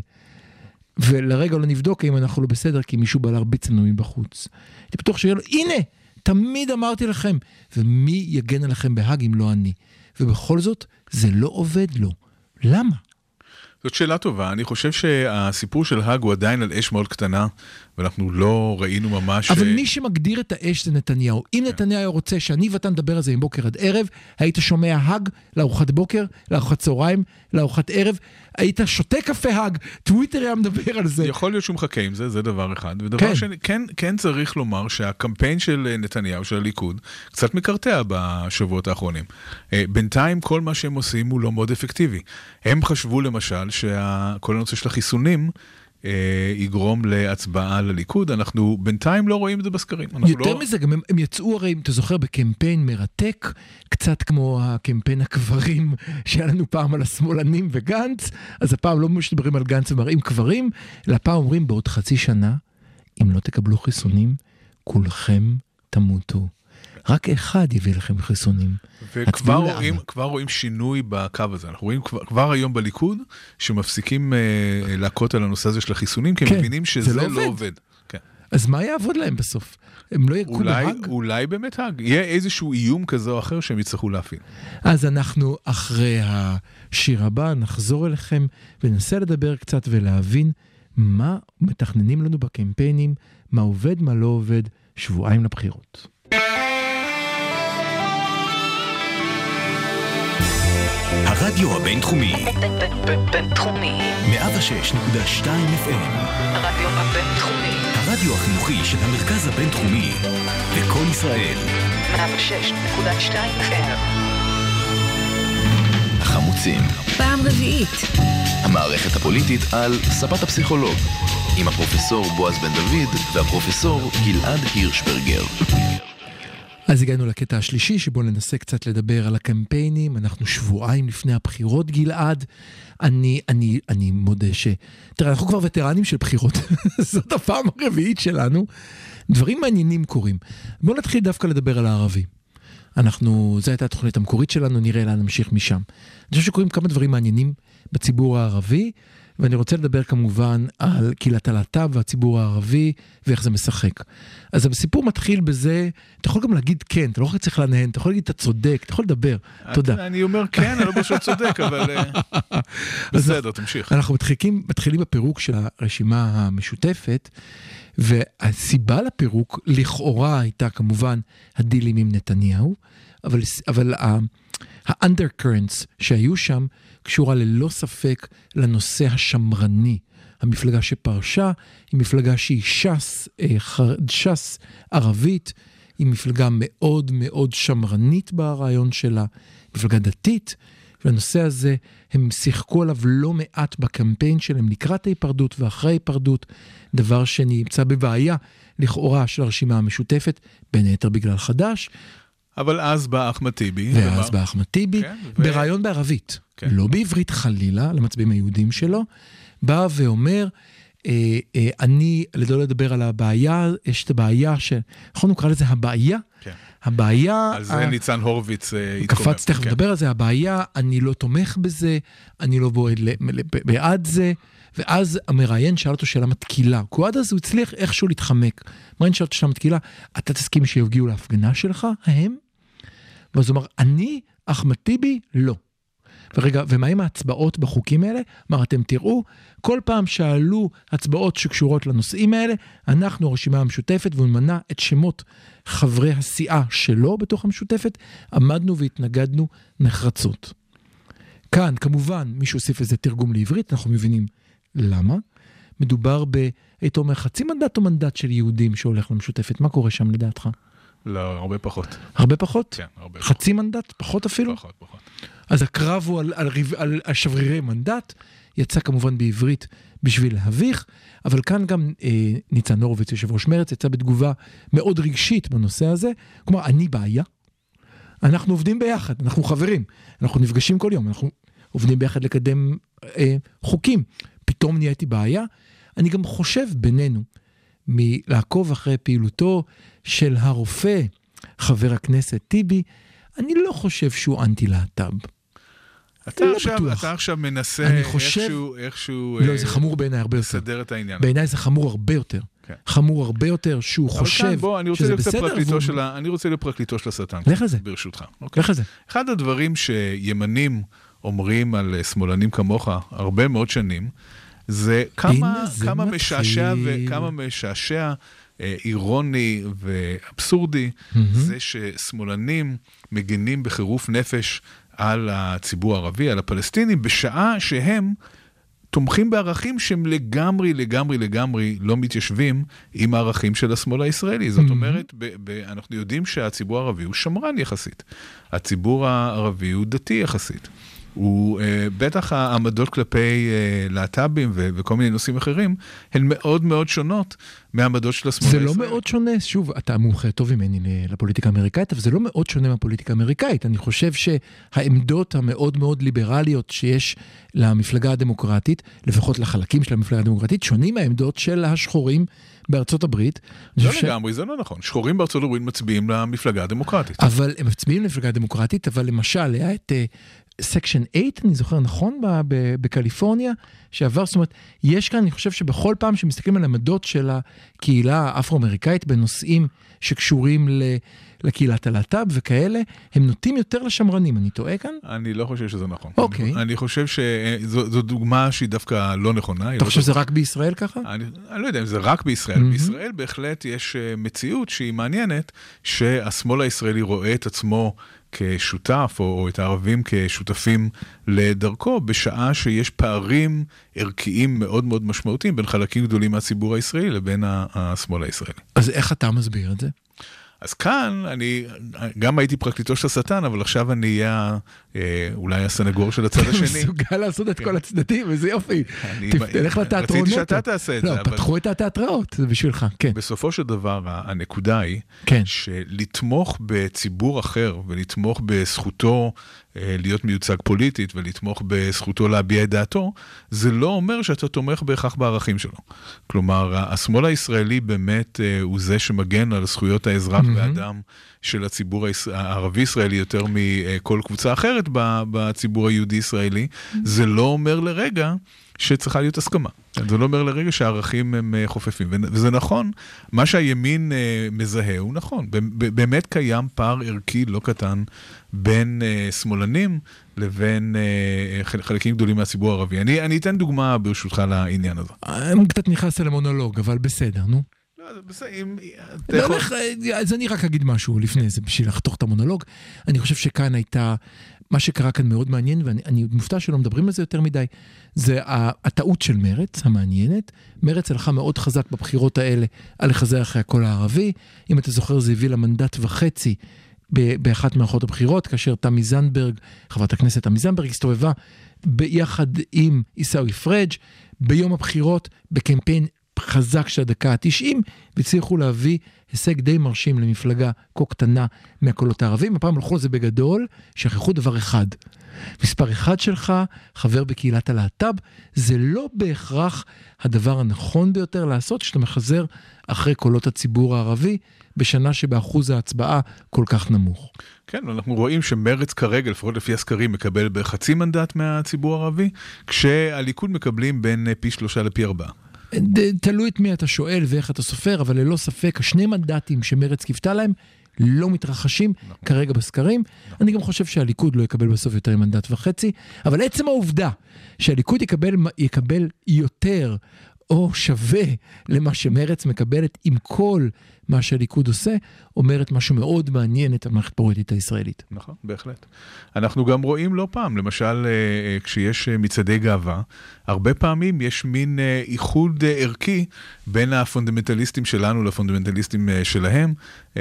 C: ולרגע לא נבדוק אם אנחנו לא בסדר, כי מישהו בא להרביץ לנו מבחוץ. הייתי בטוח שיהיה לו, הנה, תמיד אמרתי לכם, ומי יגן עליכם בהאג אם לא אני? ובכל זאת, זה לא עובד לו. למה?
D: זאת שאלה טובה. אני חושב שהסיפור של האג הוא עדיין על אש מאוד קטנה, ואנחנו לא ראינו ממש...
C: אבל מי שמגדיר את האש זה נתניהו. אם נתניהו רוצה שאני ואתה נדבר על זה מבוקר עד ערב, היית שומע האג לארוחת בוקר, לארוחת צהריים, לארוחת ערב, היית שותה קפה האג, טוויטר היה מדבר על זה.
D: יכול להיות שהוא מחכה עם זה, זה דבר אחד. ודבר שני, כן, כן צריך לומר שהקמפיין של נתניהו, של הליכוד, קצת מקרטע בשבועות האחרונים. בינתיים כל מה שהם עושים הוא לא מאוד אפקטיבי. הם חשבו למשל שכל הנושא של החיסונים יגרום להצבעה לליכוד. אנחנו בינתיים לא רואים את זה בסקרים.
C: יותר
D: לא...
C: מזה, גם הם, הם יצאו הרי, אם אתה זוכר, בקמפיין מרתק, קצת כמו הקמפיין הקברים שהיה לנו פעם על השמאלנים וגנץ, אז הפעם לא מדברים על גנץ ומראים קברים, אלא הפעם אומרים בעוד חצי שנה, אם לא תקבלו חיסונים, כולכם תמותו. רק אחד יביא לכם חיסונים.
D: וכבר רואים, כבר רואים שינוי בקו הזה. אנחנו רואים כבר, כבר היום בליכוד, שמפסיקים אה, להכות על הנושא הזה של החיסונים, כי הם כן, מבינים שזה לא עובד. לא עובד. כן.
C: אז מה יעבוד להם בסוף? הם לא יקרו
D: אולי,
C: בהג?
D: אולי באמת הג. יהיה איזשהו איום כזה או אחר שהם יצטרכו להפעיל.
C: אז אנחנו אחרי השיר הבא נחזור אליכם, וננסה לדבר קצת ולהבין מה מתכננים לנו בקמפיינים, מה עובד, מה לא עובד, שבועיים לבחירות.
E: הרדיו הבינתחומי
B: בינתחומי
E: מאה ושש נקודה שתיים אף אם
B: הרדיו הבינתחומי
E: הרדיו החינוכי של המרכז הבינתחומי וכל ישראל
B: מאה ושש נקודה שתיים אף אם
A: החמוצים,
B: פעם רביעית
A: המערכת הפוליטית על ספת הפסיכולוג עם הפרופסור בועז בן דוד והפרופסור גלעד הירשברגר.
C: אז הגענו לקטע השלישי שבו ננסה קצת לדבר על הקמפיינים. אנחנו שבועיים לפני הבחירות, גלעד. אני, אני, אני מודה ש... תראה, אנחנו כבר וטרנים של בחירות. זאת הפעם הרביעית שלנו. דברים מעניינים קורים. בואו נתחיל דווקא לדבר על הערבי. אנחנו, זו הייתה התוכנית המקורית שלנו, נראה לאן נמשיך משם. אני חושב שקורים כמה דברים מעניינים בציבור הערבי, ואני רוצה לדבר כמובן על קהילת הלהט"ב והציבור הערבי, ואיך זה משחק. אז הסיפור מתחיל בזה, אתה יכול גם להגיד כן, אתה לא יכול צריך להנהן, אתה יכול להגיד אתה צודק, אתה יכול לדבר, תודה.
D: אני אומר כן, אני לא פשוט צודק, אבל בסדר, תמשיך.
C: אנחנו מתחילים, מתחילים בפירוק של הרשימה המשותפת, והסיבה לפירוק לכאורה הייתה כמובן הדילים עם נתניהו, אבל, אבל ה-undercurrents שהיו שם קשורה ללא ספק לנושא השמרני. המפלגה שפרשה היא מפלגה שהיא שס, שס ערבית, היא מפלגה מאוד מאוד שמרנית ברעיון שלה, מפלגה דתית, והנושא הזה הם שיחקו עליו לא מעט בקמפיין שלהם לקראת ההיפרדות ואחרי ההיפרדות, דבר שנמצא בבעיה לכאורה של הרשימה המשותפת, בין היתר בגלל חדש.
D: אבל אז בא אחמד טיבי.
C: ואז בא אחמד טיבי, כן, ו... ברעיון בערבית, כן. לא בעברית חלילה, למצביעים היהודים שלו, בא ואומר, אה, אה, אני, לא לדבר על הבעיה, יש את הבעיה, שאנחנו נקרא לזה הבעיה, כן. הבעיה...
D: על זה ה... ניצן הורוביץ התקומם.
C: קפץ, תכף נדבר על זה, הבעיה, אני לא תומך בזה, אני לא בועד בעד זה, ואז המראיין שאל אותו שאלה מתקילה, כי עד אז הוא הצליח איכשהו להתחמק. המראיין שאל אותו שאלה מתקילה, אתה תסכים שיגיעו להפגנה שלך, הם? ואז הוא אמר, אני, אחמד טיבי, לא. ורגע, ומה עם ההצבעות בחוקים האלה? אמר, אתם תראו, כל פעם שעלו הצבעות שקשורות לנושאים האלה, אנחנו הרשימה המשותפת, והוא מנה את שמות חברי הסיעה שלו בתוך המשותפת, עמדנו והתנגדנו נחרצות. כאן, כמובן, מישהו הוסיף איזה תרגום לעברית, אנחנו מבינים למה. מדובר ב, היית אומר, חצי מנדט או מנדט של יהודים שהולך למשותפת. מה קורה שם לדעתך?
D: לא, הרבה פחות.
C: הרבה פחות?
D: כן, הרבה
C: חצי
D: פחות.
C: חצי מנדט? פחות אפילו?
D: פחות, פחות.
C: אז הקרב הוא על, על, על, על שברירי מנדט, יצא כמובן בעברית בשביל להביך, אבל כאן גם אה, ניצן הורוביץ, יושב ראש מרץ, יצא בתגובה מאוד רגשית בנושא הזה. כלומר, אני בעיה, אנחנו עובדים ביחד, אנחנו חברים, אנחנו נפגשים כל יום, אנחנו עובדים ביחד לקדם אה, חוקים. פתאום נהייתי בעיה. אני גם חושב בינינו, מלעקוב אחרי פעילותו של הרופא, חבר הכנסת טיבי, אני לא חושב שהוא אנטי-להט"ב.
D: אתה, לא עכשיו, אתה עכשיו מנסה חושב, איכשהו, איכשהו
C: לא, זה חמור בעיניי הרבה יותר.
D: לסדר את העניין.
C: בעיניי זה חמור הרבה יותר. כן. חמור הרבה יותר שהוא חושב כאן, בוא, אני שזה בסדר. והוא...
D: של ה... אני רוצה לפרקליטו של השטן.
C: לך לזה.
D: ברשותך.
C: לך לזה.
D: אחד הדברים שימנים אומרים על שמאלנים כמוך הרבה מאוד שנים, זה כמה, זה כמה משעשע וכמה משעשע, אה, אירוני ואבסורדי, mm-hmm. זה ששמאלנים מגנים בחירוף נפש על הציבור הערבי, על הפלסטינים, בשעה שהם תומכים בערכים שהם לגמרי, לגמרי, לגמרי לא מתיישבים עם הערכים של השמאל הישראלי. זאת אומרת, ב- ב- אנחנו יודעים שהציבור הערבי הוא שמרן יחסית. הציבור הערבי הוא דתי יחסית. הוא בטח העמדות כלפי להט"בים וכל מיני נושאים אחרים, הן מאוד מאוד שונות מהעמדות של השמאל הישראלי.
C: זה לא מאוד שונה, שוב, אתה מומחה טוב ממני לפוליטיקה האמריקאית, אבל זה לא מאוד שונה מהפוליטיקה האמריקאית. אני חושב שהעמדות המאוד מאוד ליברליות שיש למפלגה הדמוקרטית, לפחות לחלקים של המפלגה הדמוקרטית, שונים מהעמדות של השחורים בארצות הברית.
D: לא לגמרי, זה לא נכון. שחורים בארצות הברית מצביעים למפלגה הדמוקרטית.
C: אבל הם מצביעים למפלגה הדמוקרטית, אבל למשל, היה את סקשן שמונה, אני זוכר נכון, בקליפורניה, שעבר, זאת אומרת, יש כאן, אני חושב שבכל פעם שמסתכלים על עמדות של הקהילה האפרו-אמריקאית, בנושאים שקשורים לקהילת הלהט"ב וכאלה, הם נוטים יותר לשמרנים, אני טועה כאן?
D: אני לא חושב שזה נכון.
C: אוקיי.
D: אני חושב שזו דוגמה שהיא דווקא לא נכונה.
C: אתה חושב שזה רק בישראל ככה?
D: אני לא יודע אם זה רק בישראל. בישראל בהחלט יש מציאות שהיא מעניינת, שהשמאל הישראלי רואה את עצמו כשותף, או, או את הערבים כשותפים לדרכו, בשעה שיש פערים ערכיים מאוד מאוד משמעותיים בין חלקים גדולים מהציבור הישראלי לבין השמאל הישראלי.
C: אז איך אתה מסביר את זה?
D: אז כאן אני גם הייתי פרקליטו של השטן, אבל עכשיו אני אהיה אולי הסנגור של הצד השני.
C: מסוגל לעשות את כל הצדדים, וזה יופי. תלך לתיאטרון.
D: רציתי שאתה תעשה את זה.
C: לא, פתחו את התיאטראות, זה בשבילך, כן.
D: בסופו של דבר, הנקודה היא, שלתמוך בציבור אחר, ולתמוך בזכותו להיות מיוצג פוליטית, ולתמוך בזכותו להביע את דעתו, זה לא אומר שאתה תומך בהכרח בערכים שלו. כלומר, השמאל הישראלי באמת הוא זה שמגן על זכויות האזרח והאדם של הציבור הערבי-ישראלי יותר מכל קבוצה אחרת בציבור היהודי-ישראלי. זה לא אומר לרגע שצריכה להיות הסכמה. זה לא אומר לרגע שהערכים הם חופפים. וזה נכון, מה שהימין מזהה הוא נכון. באמת קיים פער ערכי לא קטן בין שמאלנים לבין חלקים גדולים מהציבור הערבי. אני, אני אתן דוגמה ברשותך לעניין הזה.
C: אני קצת נכנס למונולוג, אבל בסדר, נו.
D: לא, זה בסדר, אם...
C: אז אני רק אגיד משהו לפני זה, בשביל לחתוך את המונולוג. אני חושב שכאן הייתה... מה שקרה כאן מאוד מעניין, ואני מופתע שלא מדברים על זה יותר מדי, זה הטעות של מרץ, המעניינת. מרץ הלכה מאוד חזק בבחירות האלה, על לחזר אחרי הקול הערבי. אם אתה זוכר, זה הביא למנדט וחצי באחת מערכות הבחירות, כאשר תמי זנדברג, חברת הכנסת תמי זנדברג, הסתובבה ביחד עם עיסאווי פריג' ביום הבחירות, בקמפיין חזק של הדקה ה-תשעים, והצליחו להביא הישג די מרשים למפלגה כה קטנה מהקולות הערבים. הפעם הלכו לזה בגדול, שכחו דבר אחד. מספר אחד שלך, חבר בקהילת הלהט"ב, זה לא בהכרח הדבר הנכון ביותר לעשות, כשאתה מחזר אחרי קולות הציבור הערבי, בשנה שבאחוז ההצבעה כל כך נמוך.
D: כן, אנחנו רואים שמרץ כרגע, לפחות לפי הסקרים, מקבל בחצי מנדט מהציבור הערבי, כשהליכוד מקבלים בין פי שלושה לפי ארבעה.
C: תלוי את מי אתה שואל ואיך אתה סופר, אבל ללא ספק, השני מנדטים שמרץ כיפתה להם, לא מתרחשים no. כרגע בסקרים. No. אני גם חושב שהליכוד לא יקבל בסוף יותר מנדט וחצי, אבל עצם העובדה שהליכוד יקבל, יקבל יותר או שווה למה שמרץ מקבלת עם כל מה שהליכוד עושה, אומרת משהו מאוד מעניין את המערכת הפוליטית הישראלית.
D: נכון, בהחלט. אנחנו גם רואים לא פעם, למשל כשיש מצעדי גאווה, הרבה פעמים יש מין איחוד ערכי בין הפונדמנטליסטים שלנו לפונדמנטליסטים שלהם,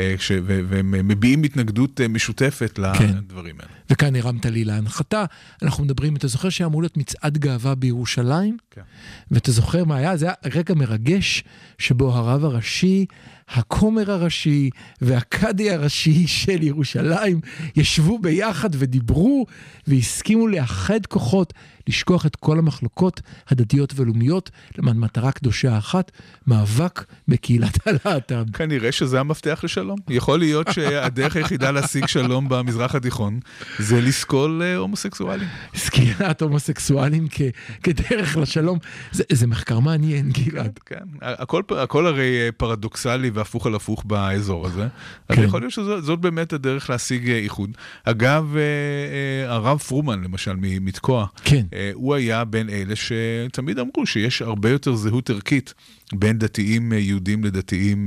D: והם מביעים התנגדות משותפת לדברים האלה.
C: וכאן הרמת לי להנחתה, אנחנו מדברים, אתה זוכר שאמור להיות מצעד גאווה בירושלים? כן. ואתה זוכר מה היה? זה היה רגע מרגש שבו הרב הראשי, הכומר הראשי והקאדי הראשי של ירושלים ישבו ביחד ודיברו והסכימו לאחד כוחות, לשכוח את כל המחלוקות הדתיות ולאומיות למען מטרה קדושה אחת, מאבק בקהילת הלהט"ב.
D: כנראה שזה המפתח לשלום. יכול להיות שהדרך היחידה להשיג שלום במזרח התיכון זה לסקול הומוסקסואלים.
C: סקילת הומוסקסואלים כ- כדרך לשלום. זה, זה מחקר מעניין, גלעד.
D: כן, הכל, הכל הרי פרדוקסלי והפוך על הפוך באזור הזה. אז
C: כן.
D: יכול להיות שזאת באמת הדרך להשיג איחוד. אגב, הרב פרומן, למשל, מתקוע,
C: כן.
D: הוא היה בין אלה שתמיד אמרו שיש הרבה יותר זהות ערכית בין דתיים יהודים לדתיים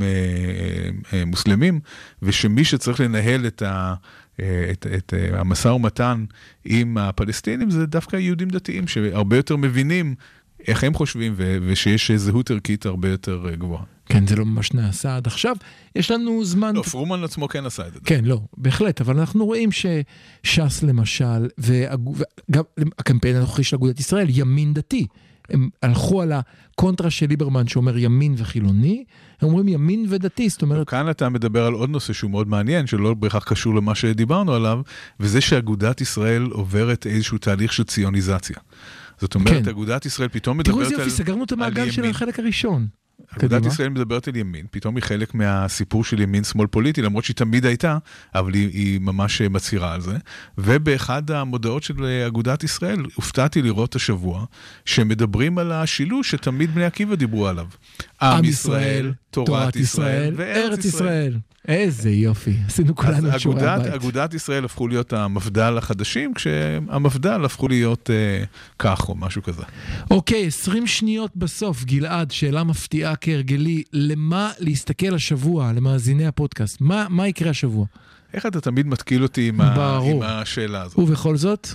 D: מוסלמים, ושמי שצריך לנהל את ה... את, את המשא ומתן עם הפלסטינים זה דווקא יהודים דתיים שהרבה יותר מבינים איך הם חושבים, ו- ושיש זהות ערכית הרבה יותר גבוהה.
C: כן, זה לא ממש נעשה עד עכשיו. יש לנו זמן...
D: לא, פרומן עצמו כן עשה את זה.
C: כן, לא, בהחלט, אבל אנחנו רואים שש"ס למשל, וגם הקמפיין הנוכחי של אגודת ישראל, ימין דתי, הם הלכו על הקונטרה של ליברמן שאומר ימין וחילוני, הם אומרים ימין ודתי, זאת אומרת...
D: כאן אתה מדבר על עוד נושא שהוא מאוד מעניין, שלא בהכרח קשור למה שדיברנו עליו, וזה שאגודת ישראל עוברת איזשהו תהליך של ציוניזציה. זאת אומרת, אגודת ישראל פתאום מדברת על...
C: תראו איזה יופי, סגרנו את המעגל של החלק הראשון.
D: אגודת ישראל מדברת על ימין, פתאום היא חלק מהסיפור של ימין שמאל פוליטי, למרות שהיא תמיד הייתה, אבל היא, היא ממש מצהירה על זה. ובאחד המודעות של אגודת ישראל, הופתעתי לראות השבוע, שמדברים על השילוש שתמיד בני עקיבא דיברו עליו. עם ישראל, תורת ישראל וארץ ישראל.
C: איזה יופי, עשינו כולנו שיעורי הבית.
D: אגודת ישראל הפכו להיות המפד"ל החדשים, כשהמפד"ל הפכו להיות אה, כך או משהו כזה.
C: אוקיי, עשרים שניות בסוף, גלעד, שאלה מפתיעה כהרגלי, למה להסתכל השבוע, למאזיני הפודקאסט? מה, מה יקרה השבוע?
D: איך אתה תמיד מתקיל אותי עם, ה, עם השאלה הזאת?
C: ובכל זאת?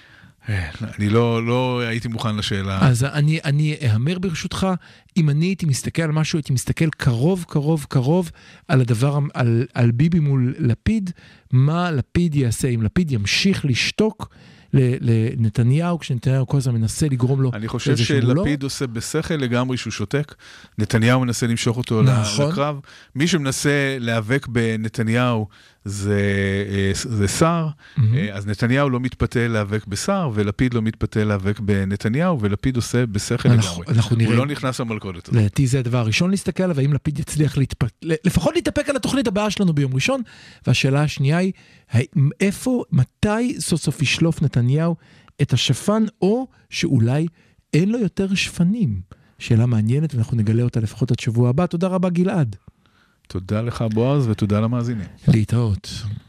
D: אני לא, לא הייתי מוכן לשאלה.
C: אז אני, אני אאמר ברשותך, אם אני הייתי מסתכל על משהו, הייתי מסתכל קרוב, קרוב, קרוב על הדבר, על, על ביבי מול לפיד, מה לפיד יעשה, אם לפיד ימשיך לשתוק לנתניהו, כשנתניהו כל הזמן מנסה לגרום לו...
D: אני חושב שלפיד עושה בשכל לגמרי שהוא שותק, נתניהו מנסה למשוך אותו לקרב, מי שמנסה להיאבק בנתניהו זה, זה שר, אז נתניהו לא מתפתה להיאבק בשר, ולפיד לא מתפתה להיאבק בנתניהו, ולפיד עושה בשכל לגמרי. הוא לא נכנס למלכודת הזאת.
C: לדעתי זה הדבר הראשון להסתכל עליו, האם לפיד יצליח לפחות להתאפק על התוכנית הבאה שלנו ביום ראשון, והשאלה השנייה היא, איפה, מתי סוף סוף ישלוף נתניהו את השפן, או שאולי אין לו יותר שפנים? שאלה מעניינת, ואנחנו נגלה אותה לפחות עד שבוע הבא. תודה רבה גלעד.
D: תודה לך בועז ותודה למאזינים.
C: להתראות.